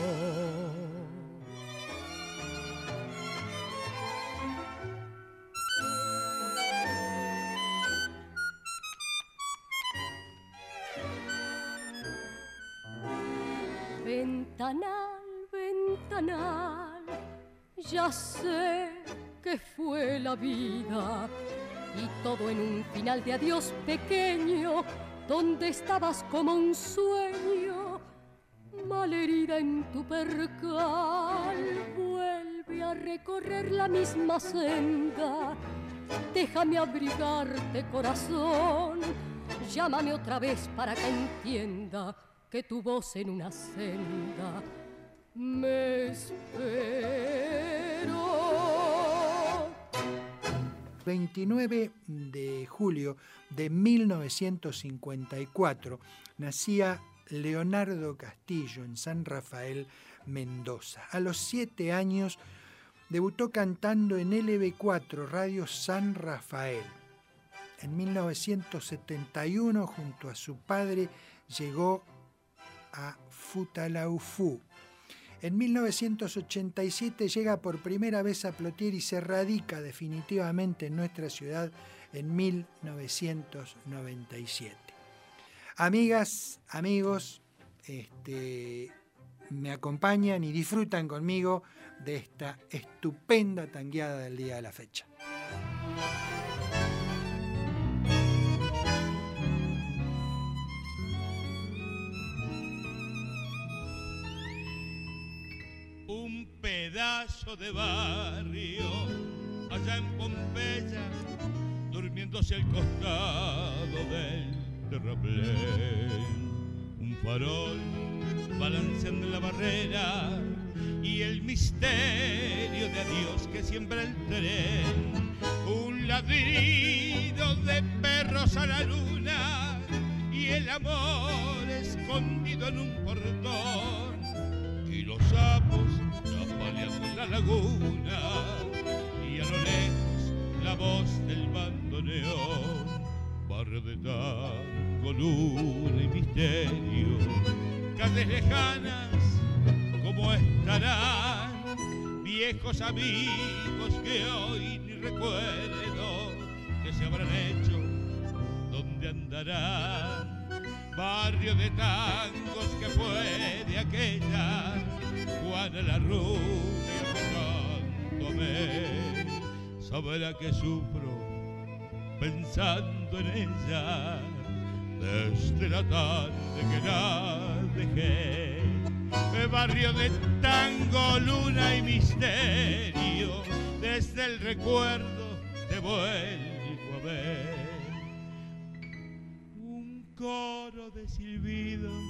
Ventanal, ventanal, ya sé que fue la vida, y todo en un final de adiós pequeño, donde estabas como un sueño, malherida en tu percal. Vuelve a recorrer la misma senda, déjame abrigarte, corazón, llámame otra vez para que entienda que tu voz en una senda me espero. veintinueve de julio de mil novecientos cincuenta y cuatro nacía Leonardo Castillo en San Rafael, Mendoza. A los siete años debutó cantando en L B cuatro, Radio San Rafael. En mil novecientos setenta y uno, junto a su padre, llegó a Futalaufú. En mil novecientos ochenta y siete llega por primera vez a Plotier y se radica definitivamente en nuestra ciudad en mil novecientos noventa y siete. Amigas, amigos, este, me acompañan y disfrutan conmigo de esta estupenda tangueada del día de la fecha. Un pedazo de barrio allá en Pompeya, durmiéndose al costado del terraplén. Un farol balanceando en la barrera y el misterio de adiós que siembra el tren. Un ladrido de perros a la luna y el amor escondido en un portón. Y los sapos chapaleando en la laguna y a lo lejos la voz del bandoneón. Barrio de tango, luna y misterio, calles lejanas, ¿cómo estarán? Viejos amigos que hoy ni recuerdo, que se habrán hecho, ¿dónde andarán? Barrio de tangos que fue de aquella Juana la Rubia invocándome. Sabrá que sufro pensando en ella desde la tarde que la dejé. El barrio de tango, luna y misterio, desde el recuerdo te vuelvo a ver. Un coro de silbidos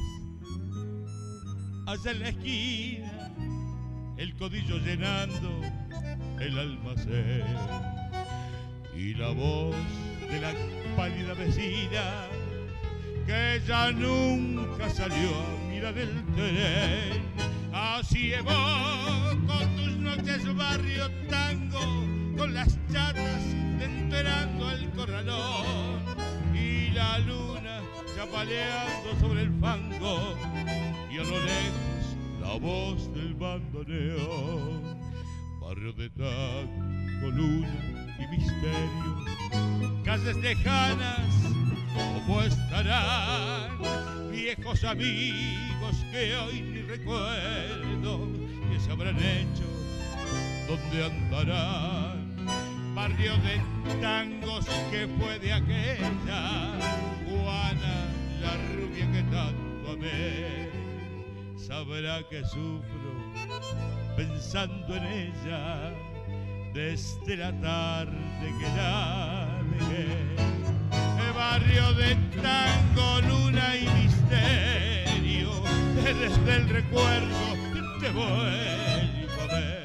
allá en la esquina, el codillo llenando el almacén y la voz de la pálida vecina que ya nunca salió a mirar el tren. Así evoco tus noches barrio tango, con las chatas enterando el corralón y la luna chapaleando sobre el fango y a lo lejos la voz del bandoneón. Barrio de tango, luna y misterio, calles lejanas, ¿Cómo estarán viejos amigos que hoy ni recuerdo? ¿Qué se habrán hecho? ¿Dónde andarán? Barrio de tangos que fue de aquella Juana, la rubia que tanto amé. Sabrá que sufro pensando en ella desde la tarde que la dejé. El barrio de tango, luna y misterio, desde el recuerdo te vuelvo a ver.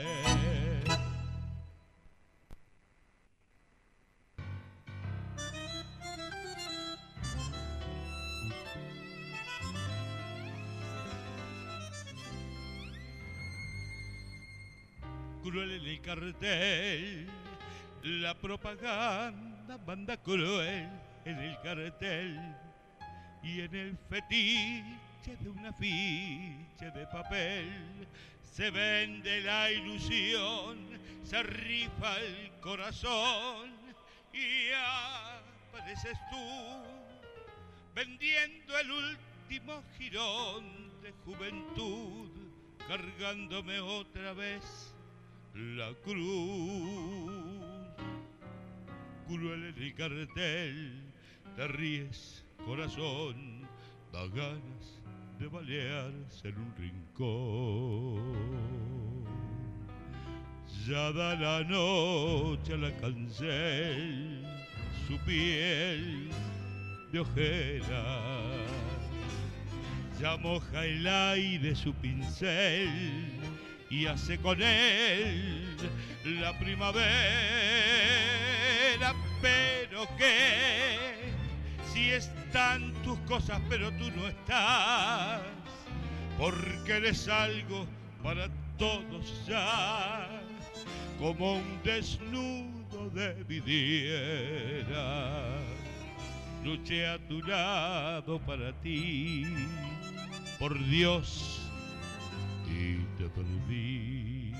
Cruel en el cartel, la propaganda manda cruel en el cartel y en el fetiche de un afiche de papel se vende la ilusión, se rifa el corazón y apareces tú vendiendo el último jirón de juventud, cargándome otra vez la cruz. Cruel en el cartel, te ríes, corazón, da ganas de balearse en un rincón. Ya da la noche a la cancel, su piel de ojera, ya moja el aire su pincel y hace con él la primavera. Pero que si están tus cosas pero tú no estás, porque eres algo para todos ya, como un desnudo de vidriera. Luché a tu lado para ti, por Dios, y te perdí.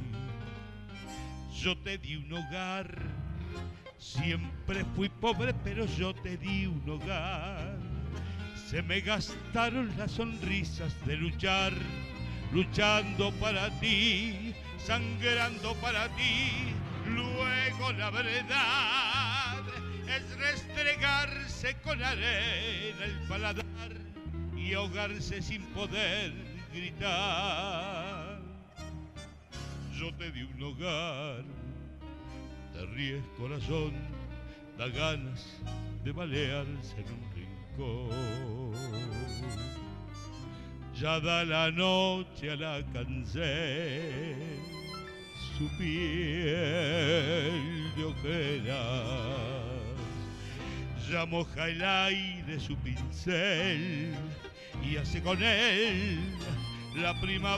Yo te di un hogar, siempre fui pobre, pero yo te di un hogar. Se me gastaron las sonrisas de luchar, luchando para ti, sangrando para ti. Luego la verdad es restregarse con arena el paladar y ahogarse sin poder gritar. Yo te di un hogar, te ríes corazón, da ganas de balearse en un rincón. Ya da la noche a la cancel, su piel de ojeras, ya moja el aire su pincel y hace con él la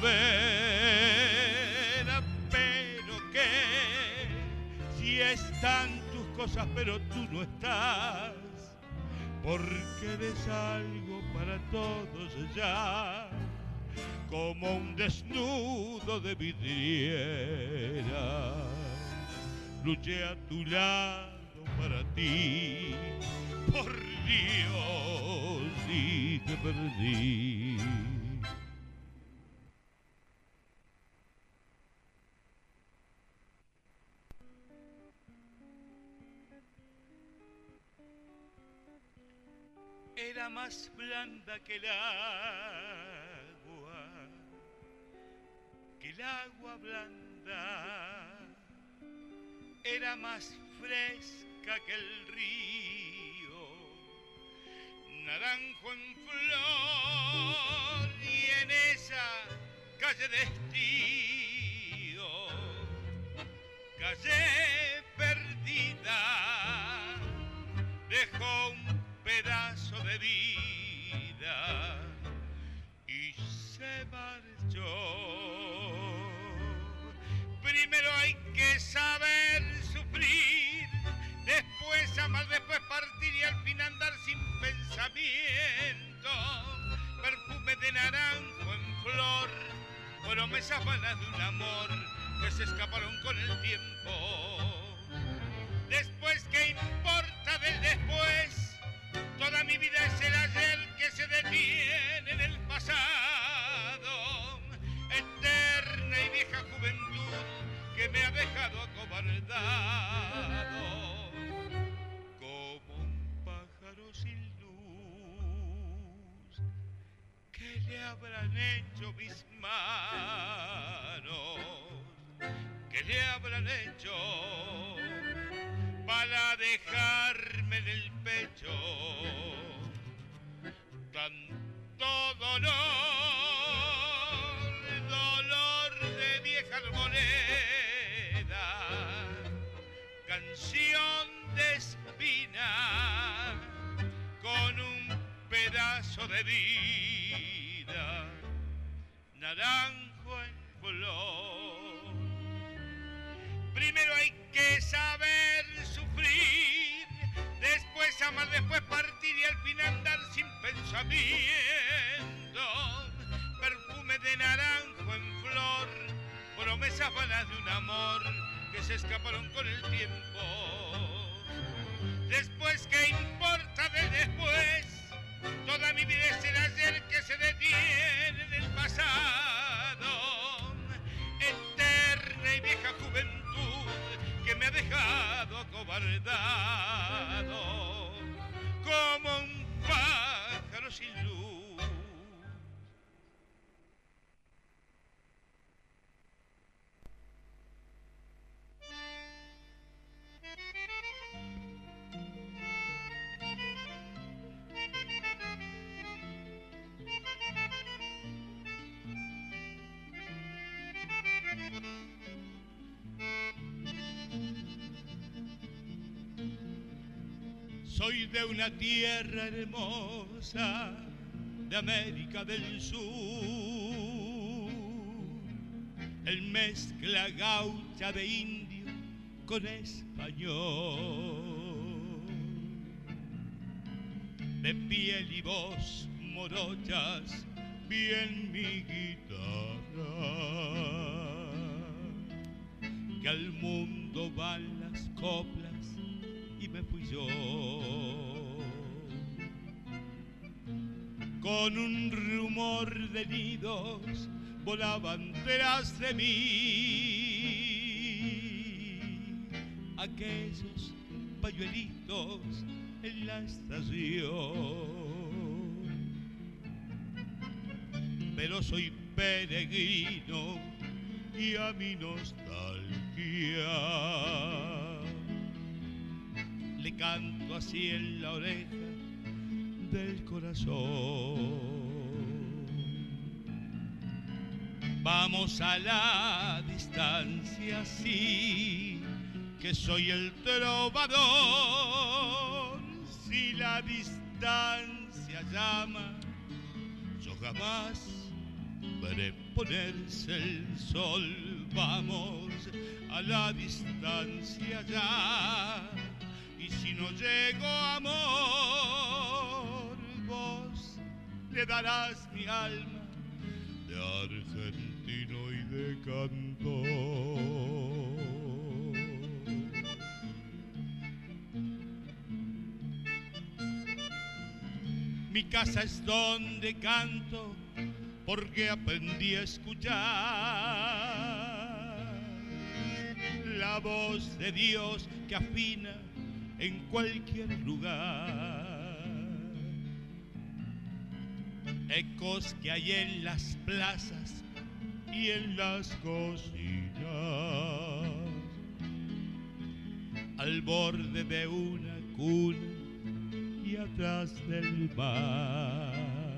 primavera. Pero que si están tus cosas pero tú no estás, porque eres algo para todos ya, como un desnudo de vidriera. Luché a tu lado para ti, por Dios, y te perdí. Era más blanda que el agua, que el agua blanda, era más fresca que el río, naranjo en flor y en esa calle de estío, calle perdida, dejó un pedazo de vida y se marchó. Primero hay que saber sufrir, después amar, después partir y al fin andar sin pensamiento. Perfume de naranjo en flor, promesas vanas de un amor que se escaparon con el tiempo. Después, ¿qué importa del después? como un pájaro sin luz. ¿Qué le habrán hecho mis manos? ¿Qué le habrán hecho para dejarme en el pecho tanto dolor, dolor de vieja arboleda, canción de espina con un pedazo de vida, naranjo en flor. Primero hay que saber sufrir, después amar, después partir y al fin andar sin pensamiento. Perfume de naranjo en flor, promesas vanas de un amor que se escaparon con el tiempo. Después, ¿qué importa de después? Toda mi vida es el ayer que se detiene en el pasado. Eterna y vieja juventud que me ha dejado acobardado como un pájaro sin luz. Soy de una tierra hermosa, de América del Sur. El mezcla gaucha de indio con español. De piel y voz morochas, bien mi guitarra, que al mundo van las coplas y me fui yo. Con un rumor de nidos volaban tras de mí aquellos pañuelitos en la estación. Pero soy peregrino y a mi nostalgia le canto así en la oreja del corazón. Vamos a la distancia, sí, que soy el trovador. Si la distancia llama, yo jamás veré ponerse el sol. Vamos a la distancia ya. Y si no llego, amor, vos le darás mi alma de argentino y de cantor. Mi casa es donde canto porque aprendí a escuchar la voz de Dios que afina en cualquier lugar. Ecos que hay en las plazas y en las cocinas, al borde de una cuna y atrás del mar.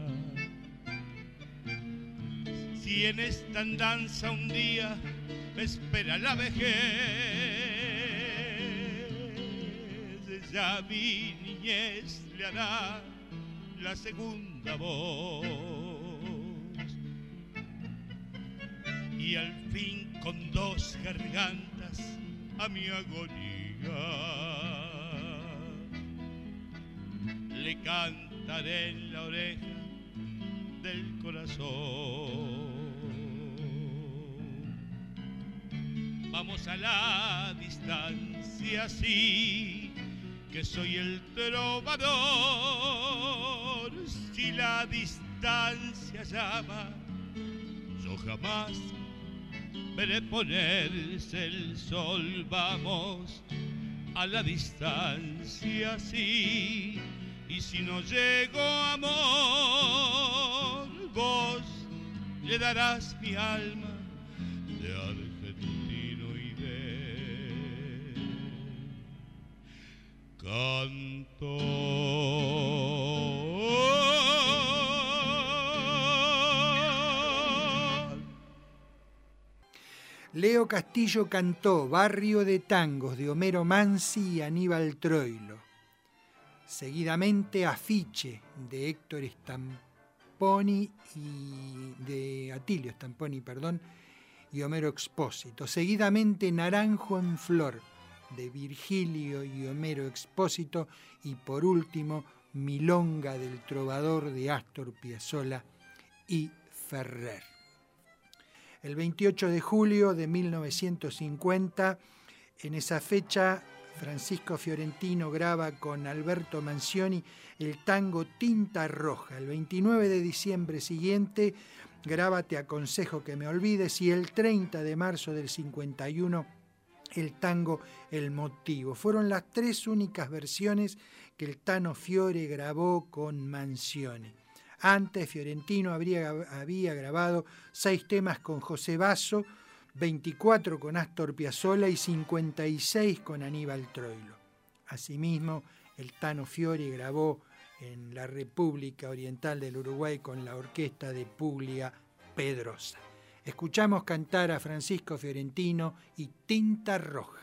Si en esta andanza un día me espera la vejez, ya mi niñez le hará la segunda voz. Y al fin con dos gargantas a mi agonía le cantaré en la oreja del corazón. Vamos a la distancia, sí, que soy el trovador. Si la distancia llama, yo jamás veré ponerse el sol, vamos a la distancia, sí. Y si no llego, amor, vos le darás mi alma de argentino y de cantor. Leo Castillo cantó Barrio de Tangos de Homero Mansi y Aníbal Troilo. Seguidamente Afiche de Héctor Stamponi y de Atilio Stamponi, perdón, y Homero Expósito. Seguidamente Naranjo en Flor de Virgilio y Homero Expósito. Y por último Milonga del Trovador de Astor Piazzolla y Ferrer. El veintiocho de julio de mil novecientos cincuenta, en esa fecha, Francisco Fiorentino graba con Alberto Manzioni el tango Tinta Roja. El veintinueve de diciembre siguiente graba Te aconsejo que me olvides, y el treinta de marzo del cincuenta y uno el tango El motivo. Fueron las tres únicas versiones que el Tano Fiore grabó con Manzioni. Antes, Fiorentino habría, había grabado seis temas con José Basso, veinticuatro con Astor Piazzolla y cincuenta y seis con Aníbal Troilo. Asimismo, el Tano Fiore grabó en la República Oriental del Uruguay con la orquesta de Puglia Pedrosa. Escuchamos cantar a Francisco Fiorentino y Tinta Roja.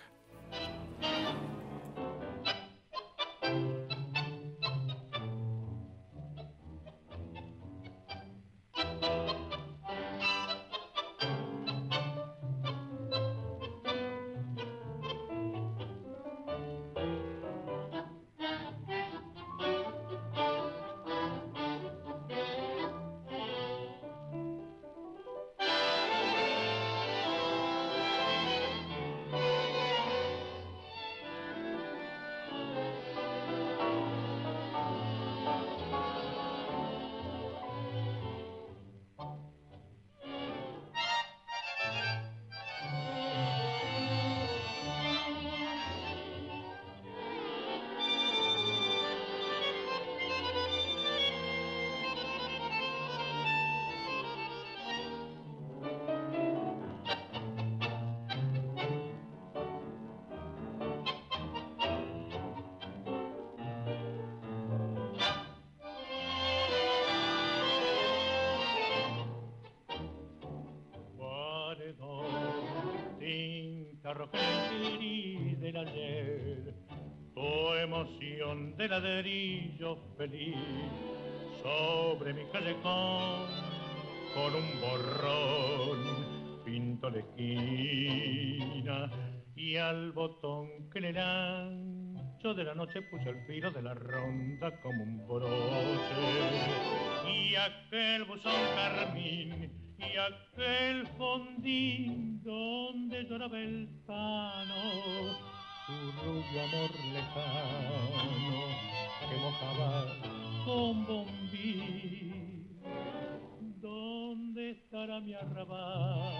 Del ayer, tu emoción de ladrillo feliz sobre mi callejón, con un borrón pinto la esquina y al botón que en el ancho de la noche puso el filo de la ronda como un broche, y aquel buzón carmín y aquel fondín donde lloraba el Tano su rubio amor lejano que mojaba con bombín. ¿Dónde estará mi arrabal?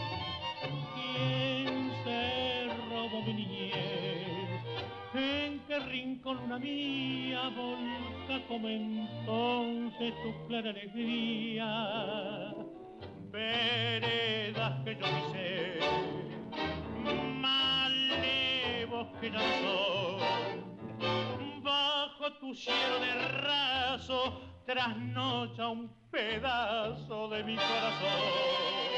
¿Quién se robó mi niñez? ¿En qué rincón una mía volca como entonces tu clara alegría? Veredas que yo pisé, malevos que ya no son, bajo tu cielo de raso trasnocha un pedazo de mi corazón.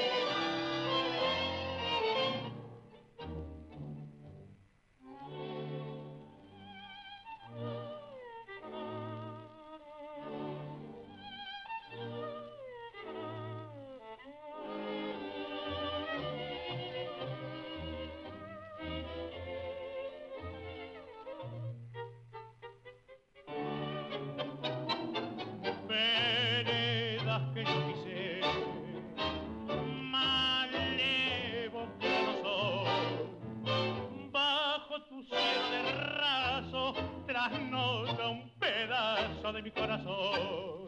De mi corazón.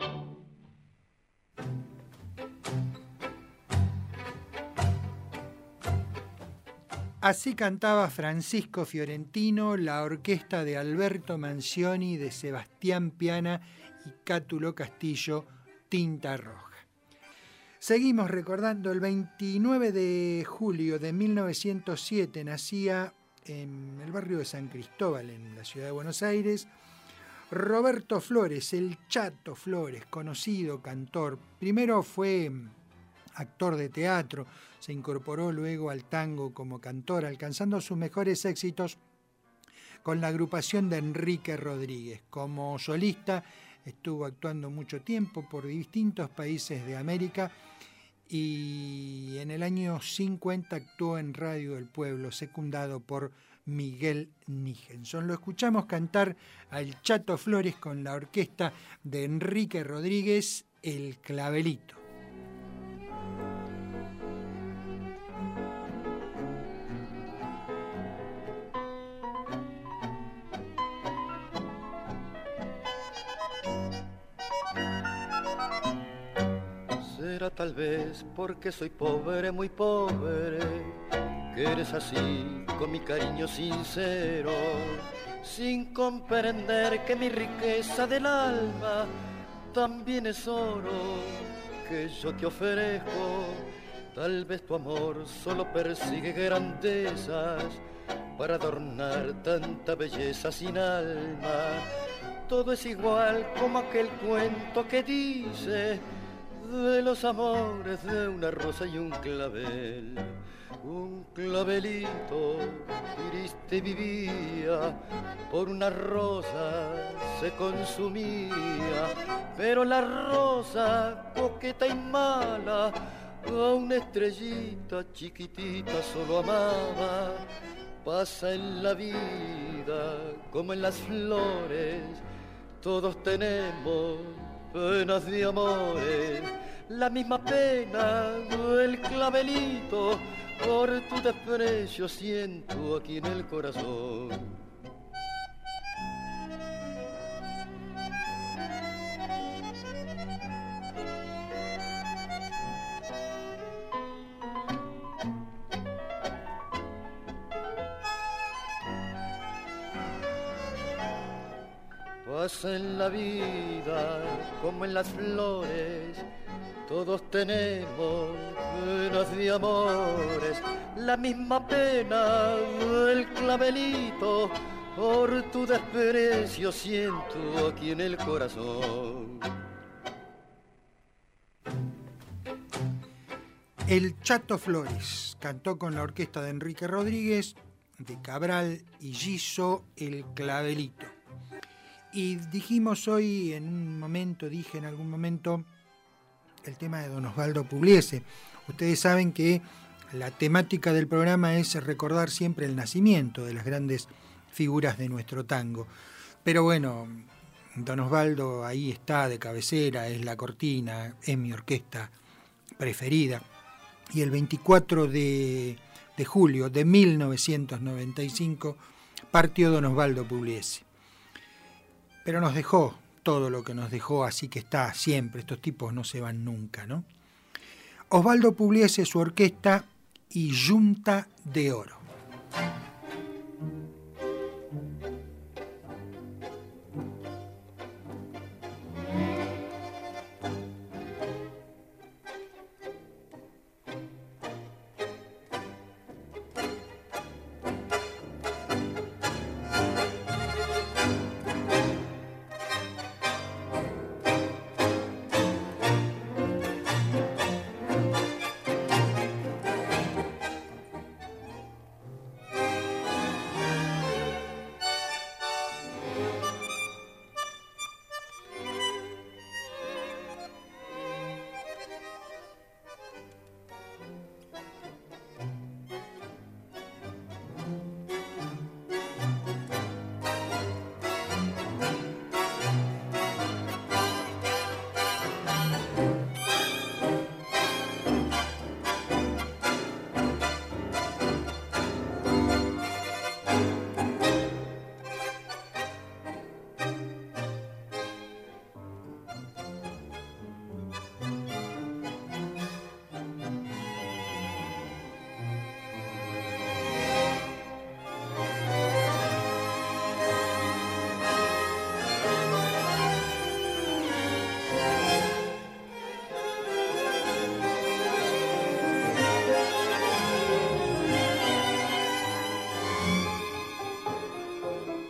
Así cantaba Francisco Fiorentino, la orquesta de Alberto Manzioni, de Sebastián Piana y Cátulo Castillo, Tinta Roja. Seguimos recordando, el veintinueve de julio de mil novecientos siete nacía en el barrio de San Cristóbal, en la ciudad de Buenos Aires, Roberto Flores, el Chato Flores, conocido cantor. Primero fue actor de teatro, se incorporó luego al tango como cantor, alcanzando sus mejores éxitos con la agrupación de Enrique Rodríguez. Como solista estuvo actuando mucho tiempo por distintos países de América y en el año cincuenta actuó en Radio del Pueblo, secundado por Miguel Nijenson. Lo escuchamos cantar al Chato Flores con la orquesta de Enrique Rodríguez, El Clavelito. Será tal vez porque soy pobre, muy pobre, que eres así con mi cariño sincero, sin comprender que mi riqueza del alma también es oro que yo te ofrezco. Tal vez tu amor solo persigue grandezas para adornar tanta belleza sin alma. Todo es igual como aquel cuento que dice de los amores de una rosa y un clavel. Un clavelito triste vivía, por una rosa se consumía, pero la rosa coqueta y mala a una estrellita chiquitita solo amaba. Pasa en la vida como en las flores, todos tenemos penas de amores, la misma pena del clavelito, por tu desprecio siento aquí en el corazón. Pasa en la vida como en las flores, todos tenemos penas de amores, la misma pena del clavelito, por tu desprecio siento aquí en el corazón. El Chato Flores cantó con la orquesta de Enrique Rodríguez, de Cabral y Giso, El Clavelito. Y dijimos hoy, en un momento, dije en algún momento, el tema de don Osvaldo Pugliese. Ustedes saben que la temática del programa es recordar siempre el nacimiento de las grandes figuras de nuestro tango. Pero bueno, don Osvaldo ahí está de cabecera, es la cortina, es mi orquesta preferida. Y el veinticuatro de julio de mil novecientos noventa y cinco partió don Osvaldo Pugliese. Pero nos dejó todo lo que nos dejó, así que está siempre, estos tipos no se van nunca, ¿no? Osvaldo Pugliese, su orquesta y Yunta de Oro.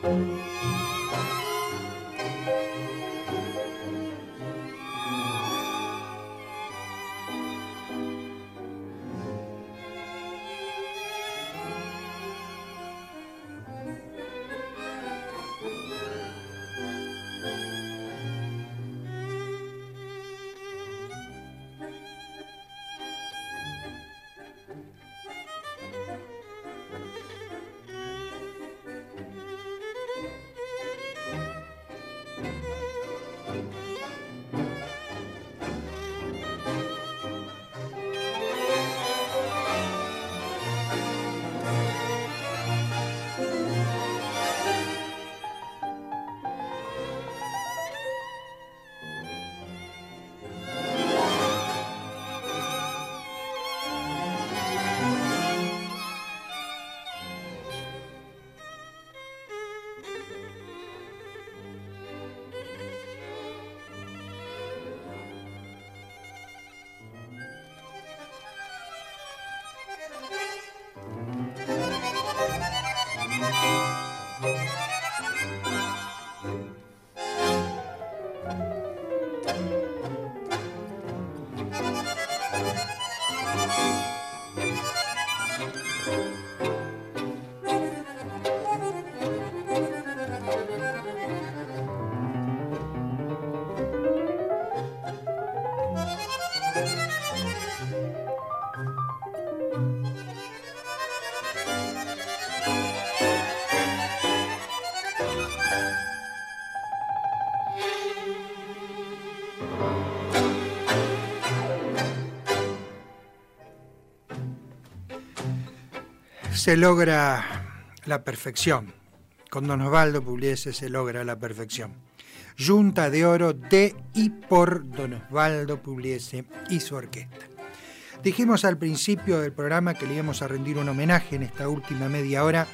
Se logra la perfección. Con don Osvaldo Pugliese se logra la perfección. Yunta de oro de y por don Osvaldo Pugliese y su orquesta. Dijimos al principio del programa que le íbamos a rendir un homenaje en esta última media hora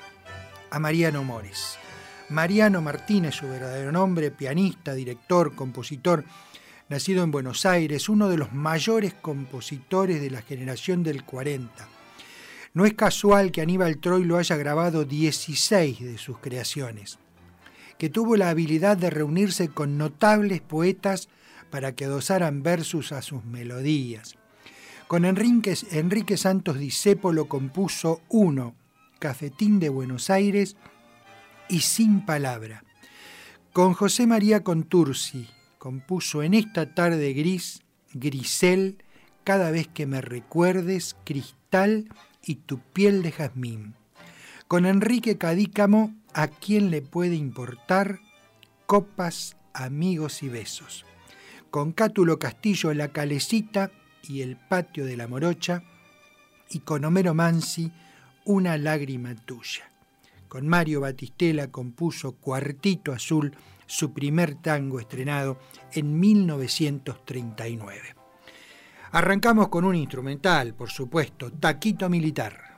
a Mariano Mores. Mariano Martínez, su verdadero nombre, pianista, director, compositor, nacido en Buenos Aires, uno de los mayores compositores de la generación del cuarenta. No es casual que Aníbal Troilo haya grabado dieciséis de sus creaciones, que tuvo la habilidad de reunirse con notables poetas para que adosaran versos a sus melodías. Con Enrique, Enrique Santos Discépolo compuso uno, Cafetín de Buenos Aires y Sin Palabra. Con José María Contursi compuso En esta tarde gris, Grisel, Cada vez que me recuerdes, Cristal y Tu piel de jazmín. Con Enrique Cadícamo, ¿A quién le puede importar? Copas, amigos y besos. Con Cátulo Castillo, La calecita y El patio de la morocha. Y con Homero Mansi, Una lágrima tuya. Con Mario Batistela compuso Cuartito Azul, su primer tango estrenado en mil novecientos treinta y nueve. Arrancamos con un instrumental, por supuesto, Taquito Militar.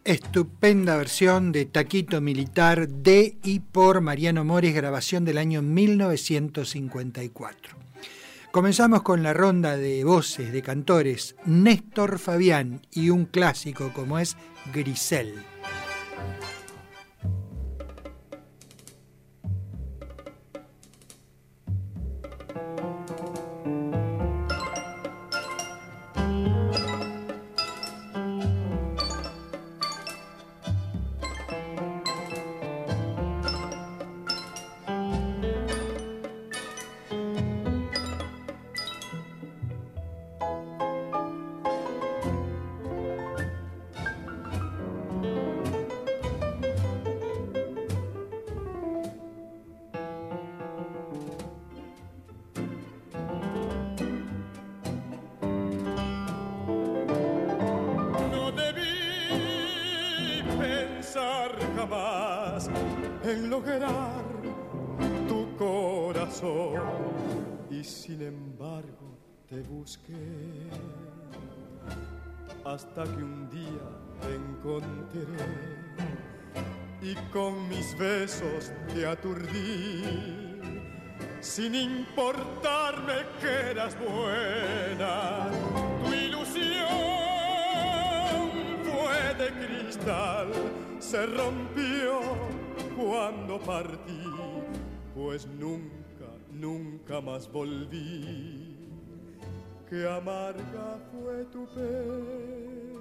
Estupenda versión de Taquito Militar de y por Mariano Mores, grabación del año mil novecientos cincuenta y cuatro. Comenzamos con la ronda de voces de cantores Néstor Fabián y un clásico como es Grisel. En lograr tu corazón y sin embargo te busqué hasta que un día te encontré y con mis besos te aturdí sin importarme que eras buena. Tu ilusión fue de cristal, se rompió cuando partí, pues nunca, nunca más volví. Qué amarga fue tu pena,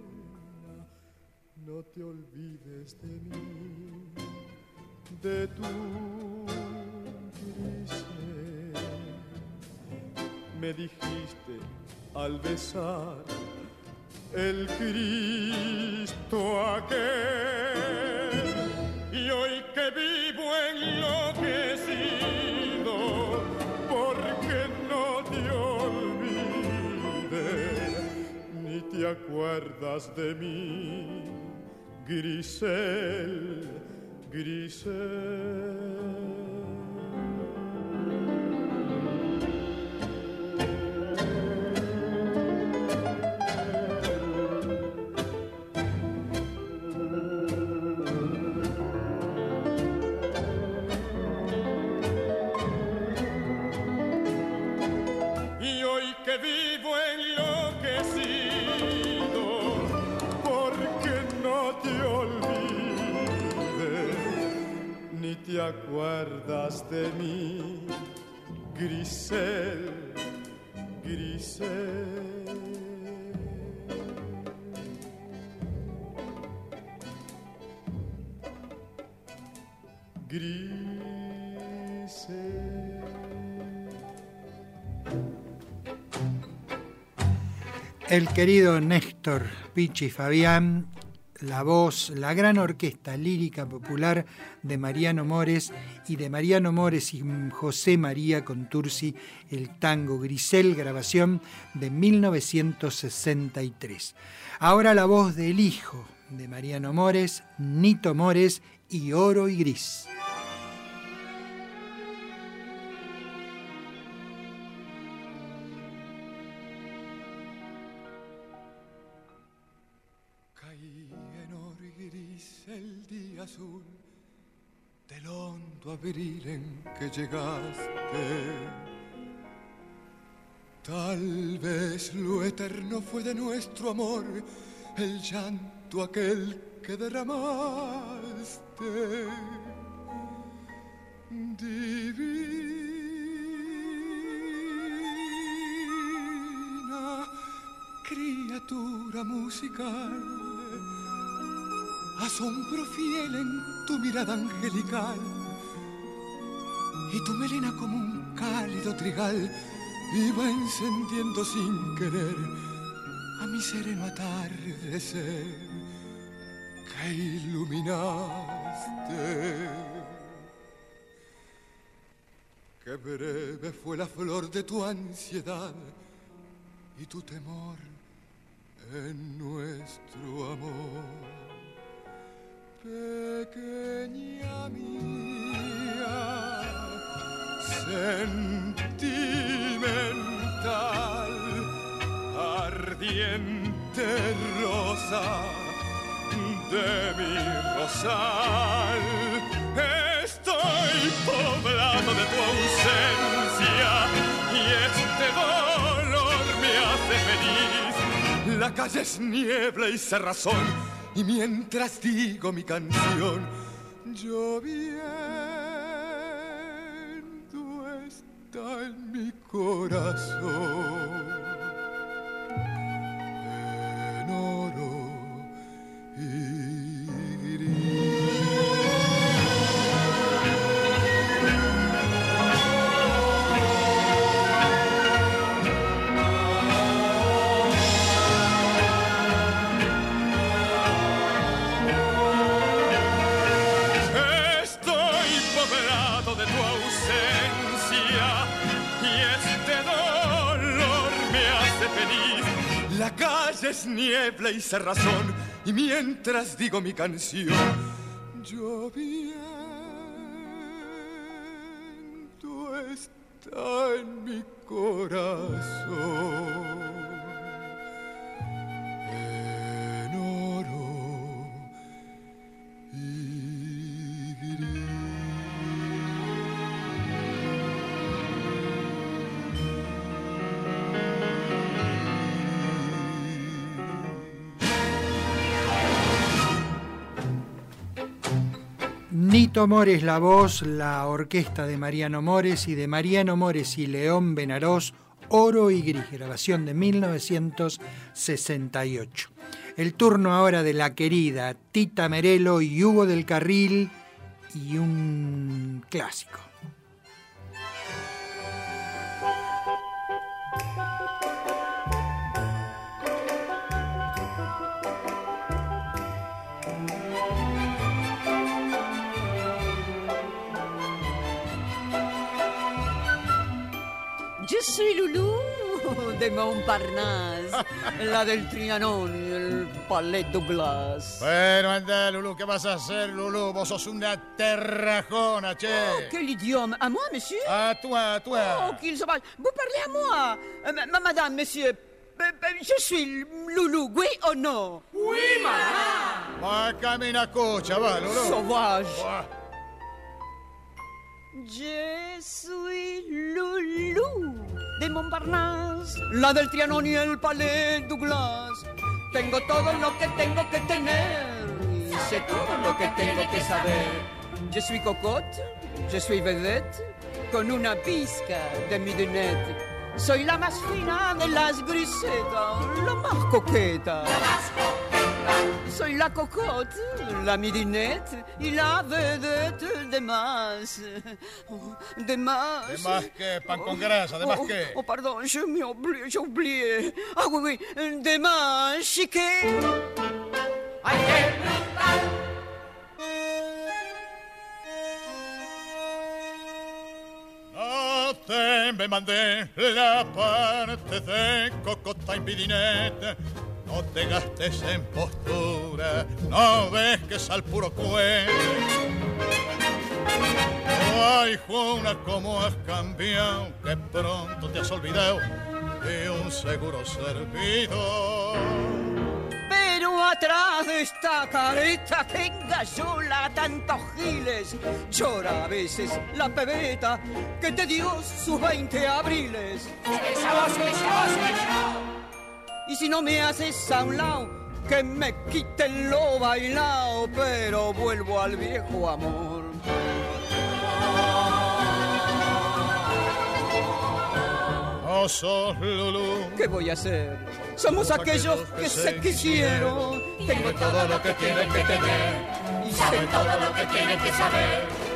no te olvides de mí, de tu Grisel. Me dijiste al besar el Cristo aquel, y hoy que vivo enloquecido, porque no te olvides, ni te acuerdas de mí, Grisel, Grisel. Vivo enloquecido porque no te olvides, ni te acuerdas de mí, Grisel, Grisel. Grisel. El querido Néstor Pichi Fabián, la voz, la gran orquesta lírica popular de Mariano Mores y de Mariano Mores y José María Contursi, el tango Grisel, grabación de mil novecientos sesenta y tres. Ahora la voz del hijo de Mariano Mores, Nito Mores, y Oro y Gris. Azul del hondo abril en que llegaste, tal vez lo eterno fue de nuestro amor, el llanto aquel que derramaste, divina criatura musical, asombro fiel en tu mirada angelical, y tu melena como un cálido trigal iba encendiendo sin querer a mi sereno atardecer que iluminaste. Qué breve fue la flor de tu ansiedad y tu temor en nuestro amor. Pequeña mía, sentimental, ardiente rosa de mi rosal. Estoy poblado de tu ausencia y este dolor me hace feliz. La calle es niebla y cerrazón y mientras digo mi canción, lloviendo está en mi corazón. En oro y gris. Estoy poblado de tu ausencia y este dolor me hace feliz. La calle es niebla y cerrazón y mientras digo mi canción, lloviendo está en mi corazón. En oro y gris. Nito Mores la voz, la orquesta de Mariano Mores y de Mariano Mores y León Benarós, Oro y Gris, grabación de mil novecientos sesenta y ocho. El turno ahora de la querida Tita Merelo y Hugo del Carril y un clásico. Je suis Loulou de Montparnasse, la del Trianon y el Palais Douglas. Bueno, anda, Loulou, ¿qué vas a hacer, Loulou? Vos sos una terrajona, che. Oh, quel idiome. À moi, monsieur? À toi, à toi. Oh, qu'il sauvage. Vous parlez à moi. Euh, ma- madame, monsieur, euh, euh, je suis Loulou, oui ou non? Oui, madame. Va, camina cocha, va, Loulou. Sauvage. Va. Je suis Loulou de Montparnasse, la del Trianon y el Palais Douglas. Tengo todo lo que tengo que tener y sé todo lo que tengo que saber. Je suis cocotte, je suis vedette, con una pizca de midinette. Soy la más fina de las grisetas, la más coqueta. Soy la cocotte, la midinette y la vedette de más. Oh, de más. ¿De más qué? ¿Pan con grasa? ¿De más oh, qué? Oh, pardon, je m'ai oublié, j'ai oublié. Ah oui, oui, de más chiquet. Ay, qué brutal. No te me mandé la parte de cocota y midinette. No te gastes en postura, no ves que es al puro cuento. Ay, Juana, cómo has cambiado, que pronto te has olvidado de un seguro servidor. Pero atrás de esta careta que engañola a tantos giles, llora a veces la pebeta que te dio sus veinte abriles. Y si no me haces a un lado, que me quiten lo bailao, pero vuelvo al viejo amor. No sos Lulú. ¿Qué voy a hacer? Somos aquellos que se quisieron. Tengo todo lo que tienen que tener y sé todo lo que tienen que saber.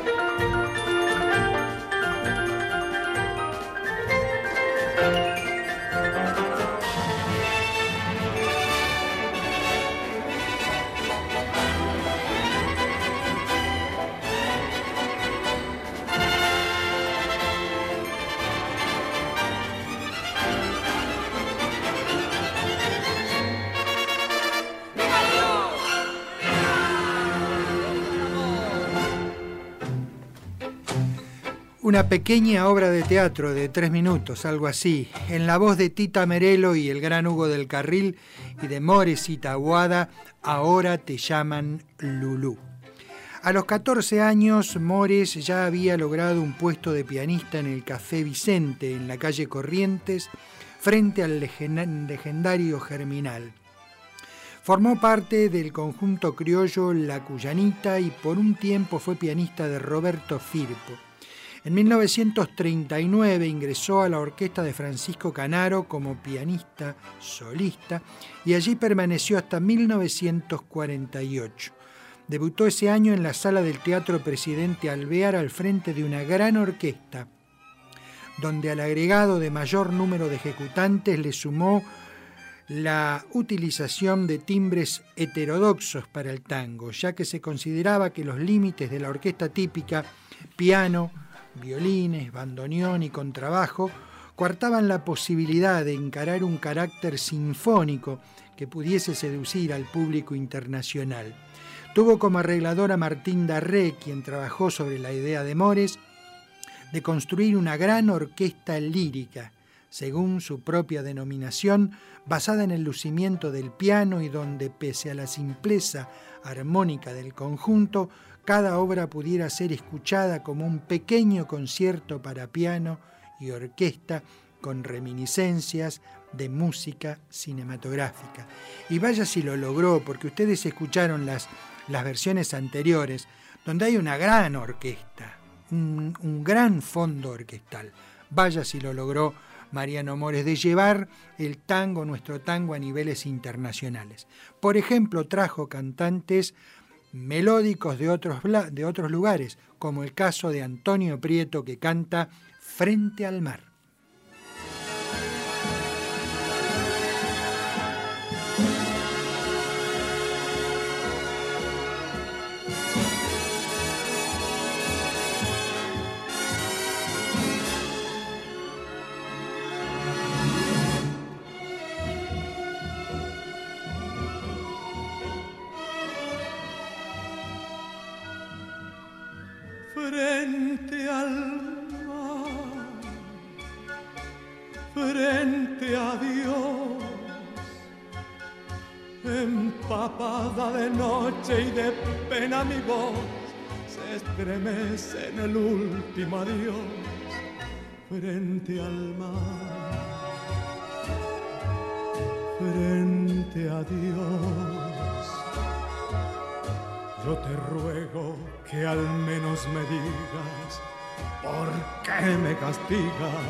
Una pequeña obra de teatro de tres minutos, algo así, en la voz de Tita Merelo y el gran Hugo del Carril y de Moresita Aguada, Ahora te llaman Lulú. A los catorce años, Mores ya había logrado un puesto de pianista en el Café Vicente, en la calle Corrientes, frente al legendario Germinal. Formó parte del conjunto criollo La Cuyanita y por un tiempo fue pianista de Roberto Firpo. En mil novecientos treinta y nueve ingresó a la orquesta de Francisco Canaro como pianista solista y allí permaneció hasta mil novecientos cuarenta y ocho. Debutó ese año en la sala del Teatro Presidente Alvear al frente de una gran orquesta, donde al agregado de mayor número de ejecutantes le sumó la utilización de timbres heterodoxos para el tango, ya que se consideraba que los límites de la orquesta típica, piano, violines, bandoneón y contrabajo, coartaban la posibilidad de encarar un carácter sinfónico que pudiese seducir al público internacional. Tuvo como arreglador a Martín Darré, quien trabajó sobre la idea de Mores de construir una gran orquesta lírica, según su propia denominación, basada en el lucimiento del piano y donde, pese a la simpleza armónica del conjunto, cada obra pudiera ser escuchada como un pequeño concierto para piano y orquesta con reminiscencias de música cinematográfica. Y vaya si lo logró, porque ustedes escucharon las, las versiones anteriores, donde hay una gran orquesta, un, un gran fondo orquestal. Vaya si lo logró Mariano Mores, de llevar el tango, nuestro tango, a niveles internacionales. Por ejemplo, trajo cantantes melódicos de otros, de otros lugares, como el caso de Antonio Prieto, que canta Frente al Mar. Frente al mar, frente a Dios, empapada de noche y de pena mi voz se estremece en el último adiós. Frente al mar, frente a Dios, yo te ruego que al menos me digas por qué me castigas.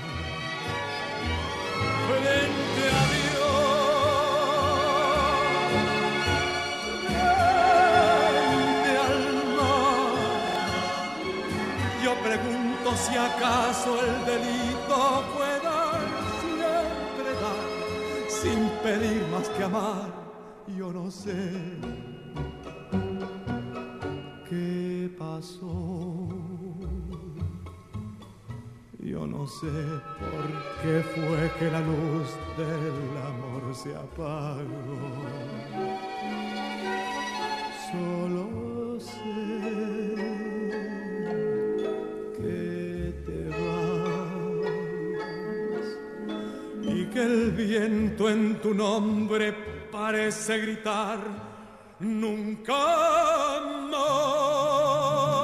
Frente a Dios, frente al mar, yo pregunto si acaso el delito pueda siempre dar sin pedir más que amar. Yo no sé ¿qué pasó? Yo no sé por qué fue que la luz del amor se apagó. Solo sé que te vas y que el viento en tu nombre parece gritar nunca más.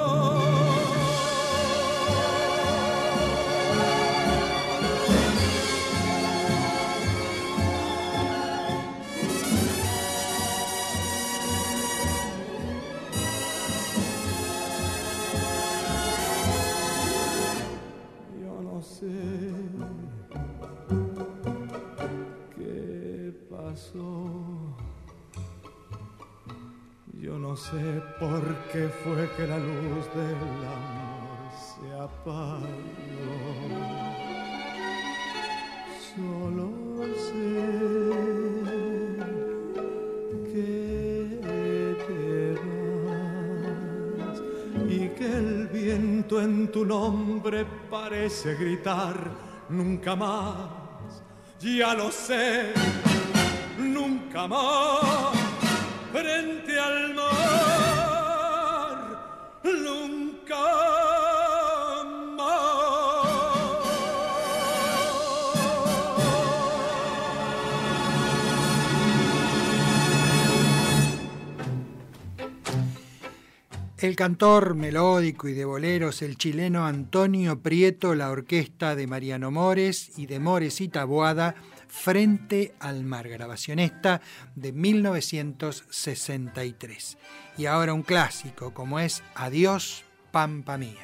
Yo no sé qué pasó. Yo no sé por qué fue que la luz del amor se apagó. Solo sé que te vas y que el viento en tu nombre parece gritar nunca más. Ya lo sé, nunca más. Frente al mar, nunca más. El cantor melódico y de boleros, el chileno Antonio Prieto, la orquesta de Mariano Mores y de Mores y Taboada, Frente al Mar, grabación esta de mil novecientos sesenta y tres. Y ahora un clásico como es Adiós, Pampa Mía.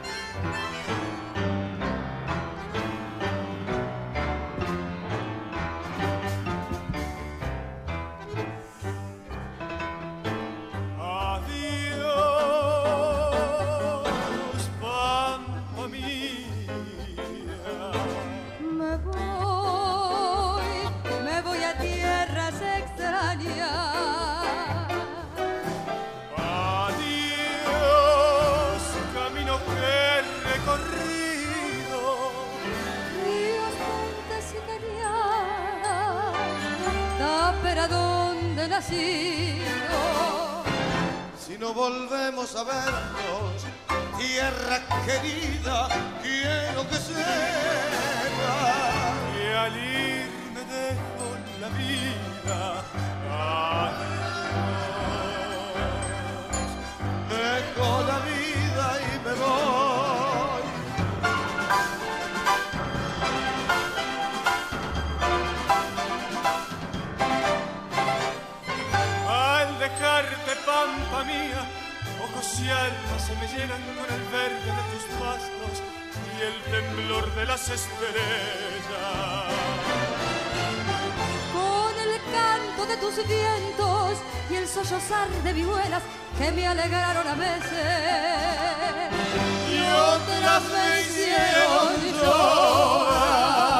Si no volvemos a vernos, tierra querida, quiero que sepas que al ir me dejo la vida. Adiós, dejo la vida y me voy. Dejarte, pampa mía, ojos y alma se me llenan con el verde de tus pastos y el temblor de las estrellas. Con el canto de tus vientos y el sollozar de vihuelas que me alegraron a meses y otras me hicieron llorar.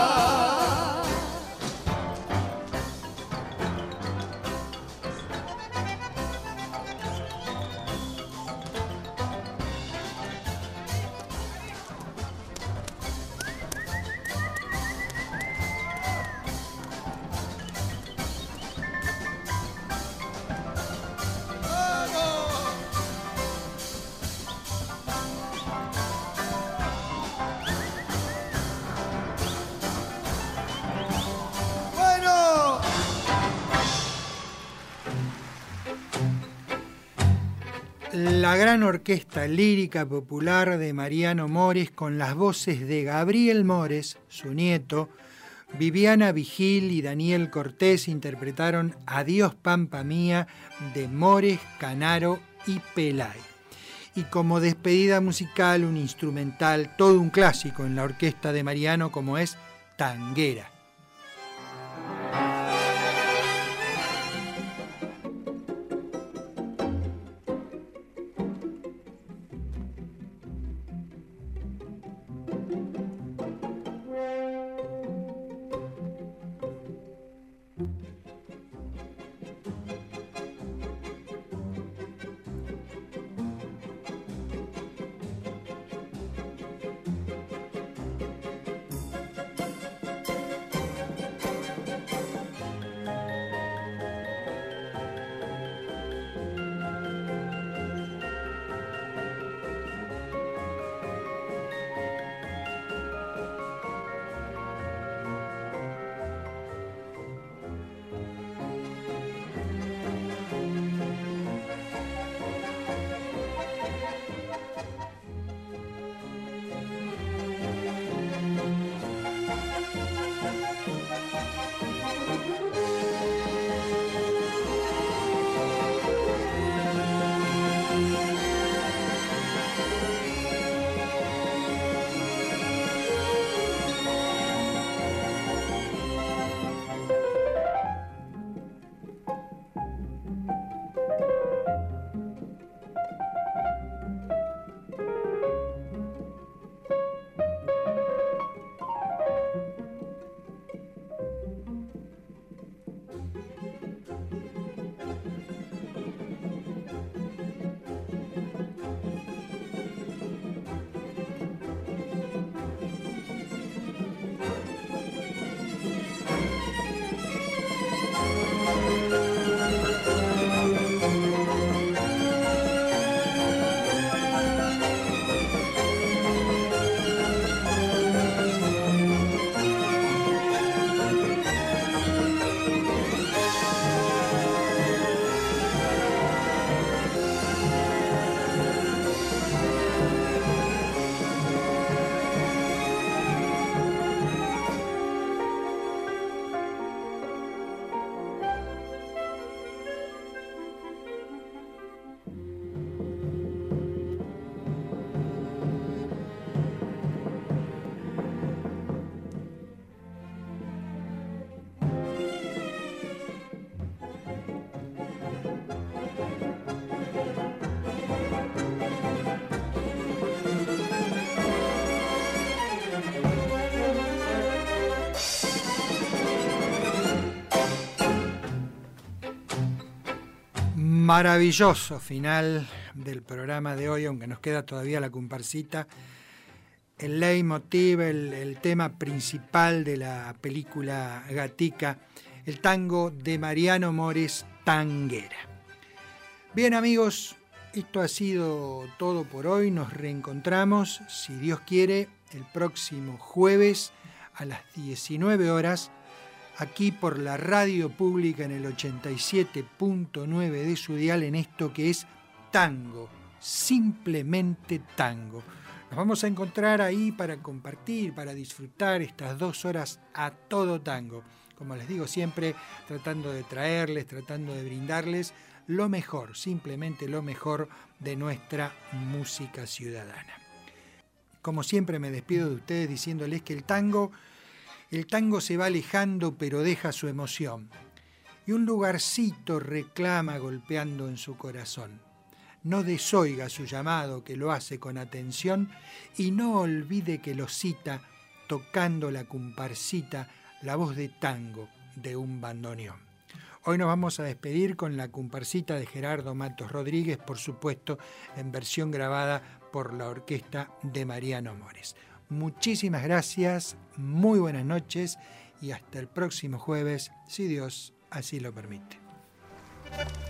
La gran orquesta lírica popular de Mariano Mores con las voces de Gabriel Mores, su nieto, Viviana Vigil y Daniel Cortés interpretaron Adiós Pampa Mía de Mores, Canaro y Pelay. Y como despedida musical, un instrumental, todo un clásico en la orquesta de Mariano como es Tanguera. Maravilloso final del programa de hoy, aunque nos queda todavía la comparsita. El leitmotiv, el, el tema principal de la película Gatica, el tango de Mariano Mores, Tanguera. Bien, amigos, esto ha sido todo por hoy. Nos reencontramos, si Dios quiere, el próximo jueves a las diecinueve horas, aquí por la radio pública en el ochenta y siete punto nueve de su dial, en esto que es Tango, simplemente tango. Nos vamos a encontrar ahí para compartir, para disfrutar estas dos horas a todo tango. Como les digo siempre, tratando de traerles, tratando de brindarles lo mejor, simplemente lo mejor de nuestra música ciudadana. Como siempre me despido de ustedes diciéndoles que el tango, el tango se va alejando pero deja su emoción. Y un lugarcito reclama golpeando en su corazón. No desoiga su llamado, que lo hace con atención, y no olvide que lo cita tocando la comparsita, la voz de tango de un bandoneón. Hoy nos vamos a despedir con la comparsita de Gerardo Matos Rodríguez, por supuesto, en versión grabada por la orquesta de Mariano Mores. Muchísimas gracias, muy buenas noches y hasta el próximo jueves, si Dios así lo permite.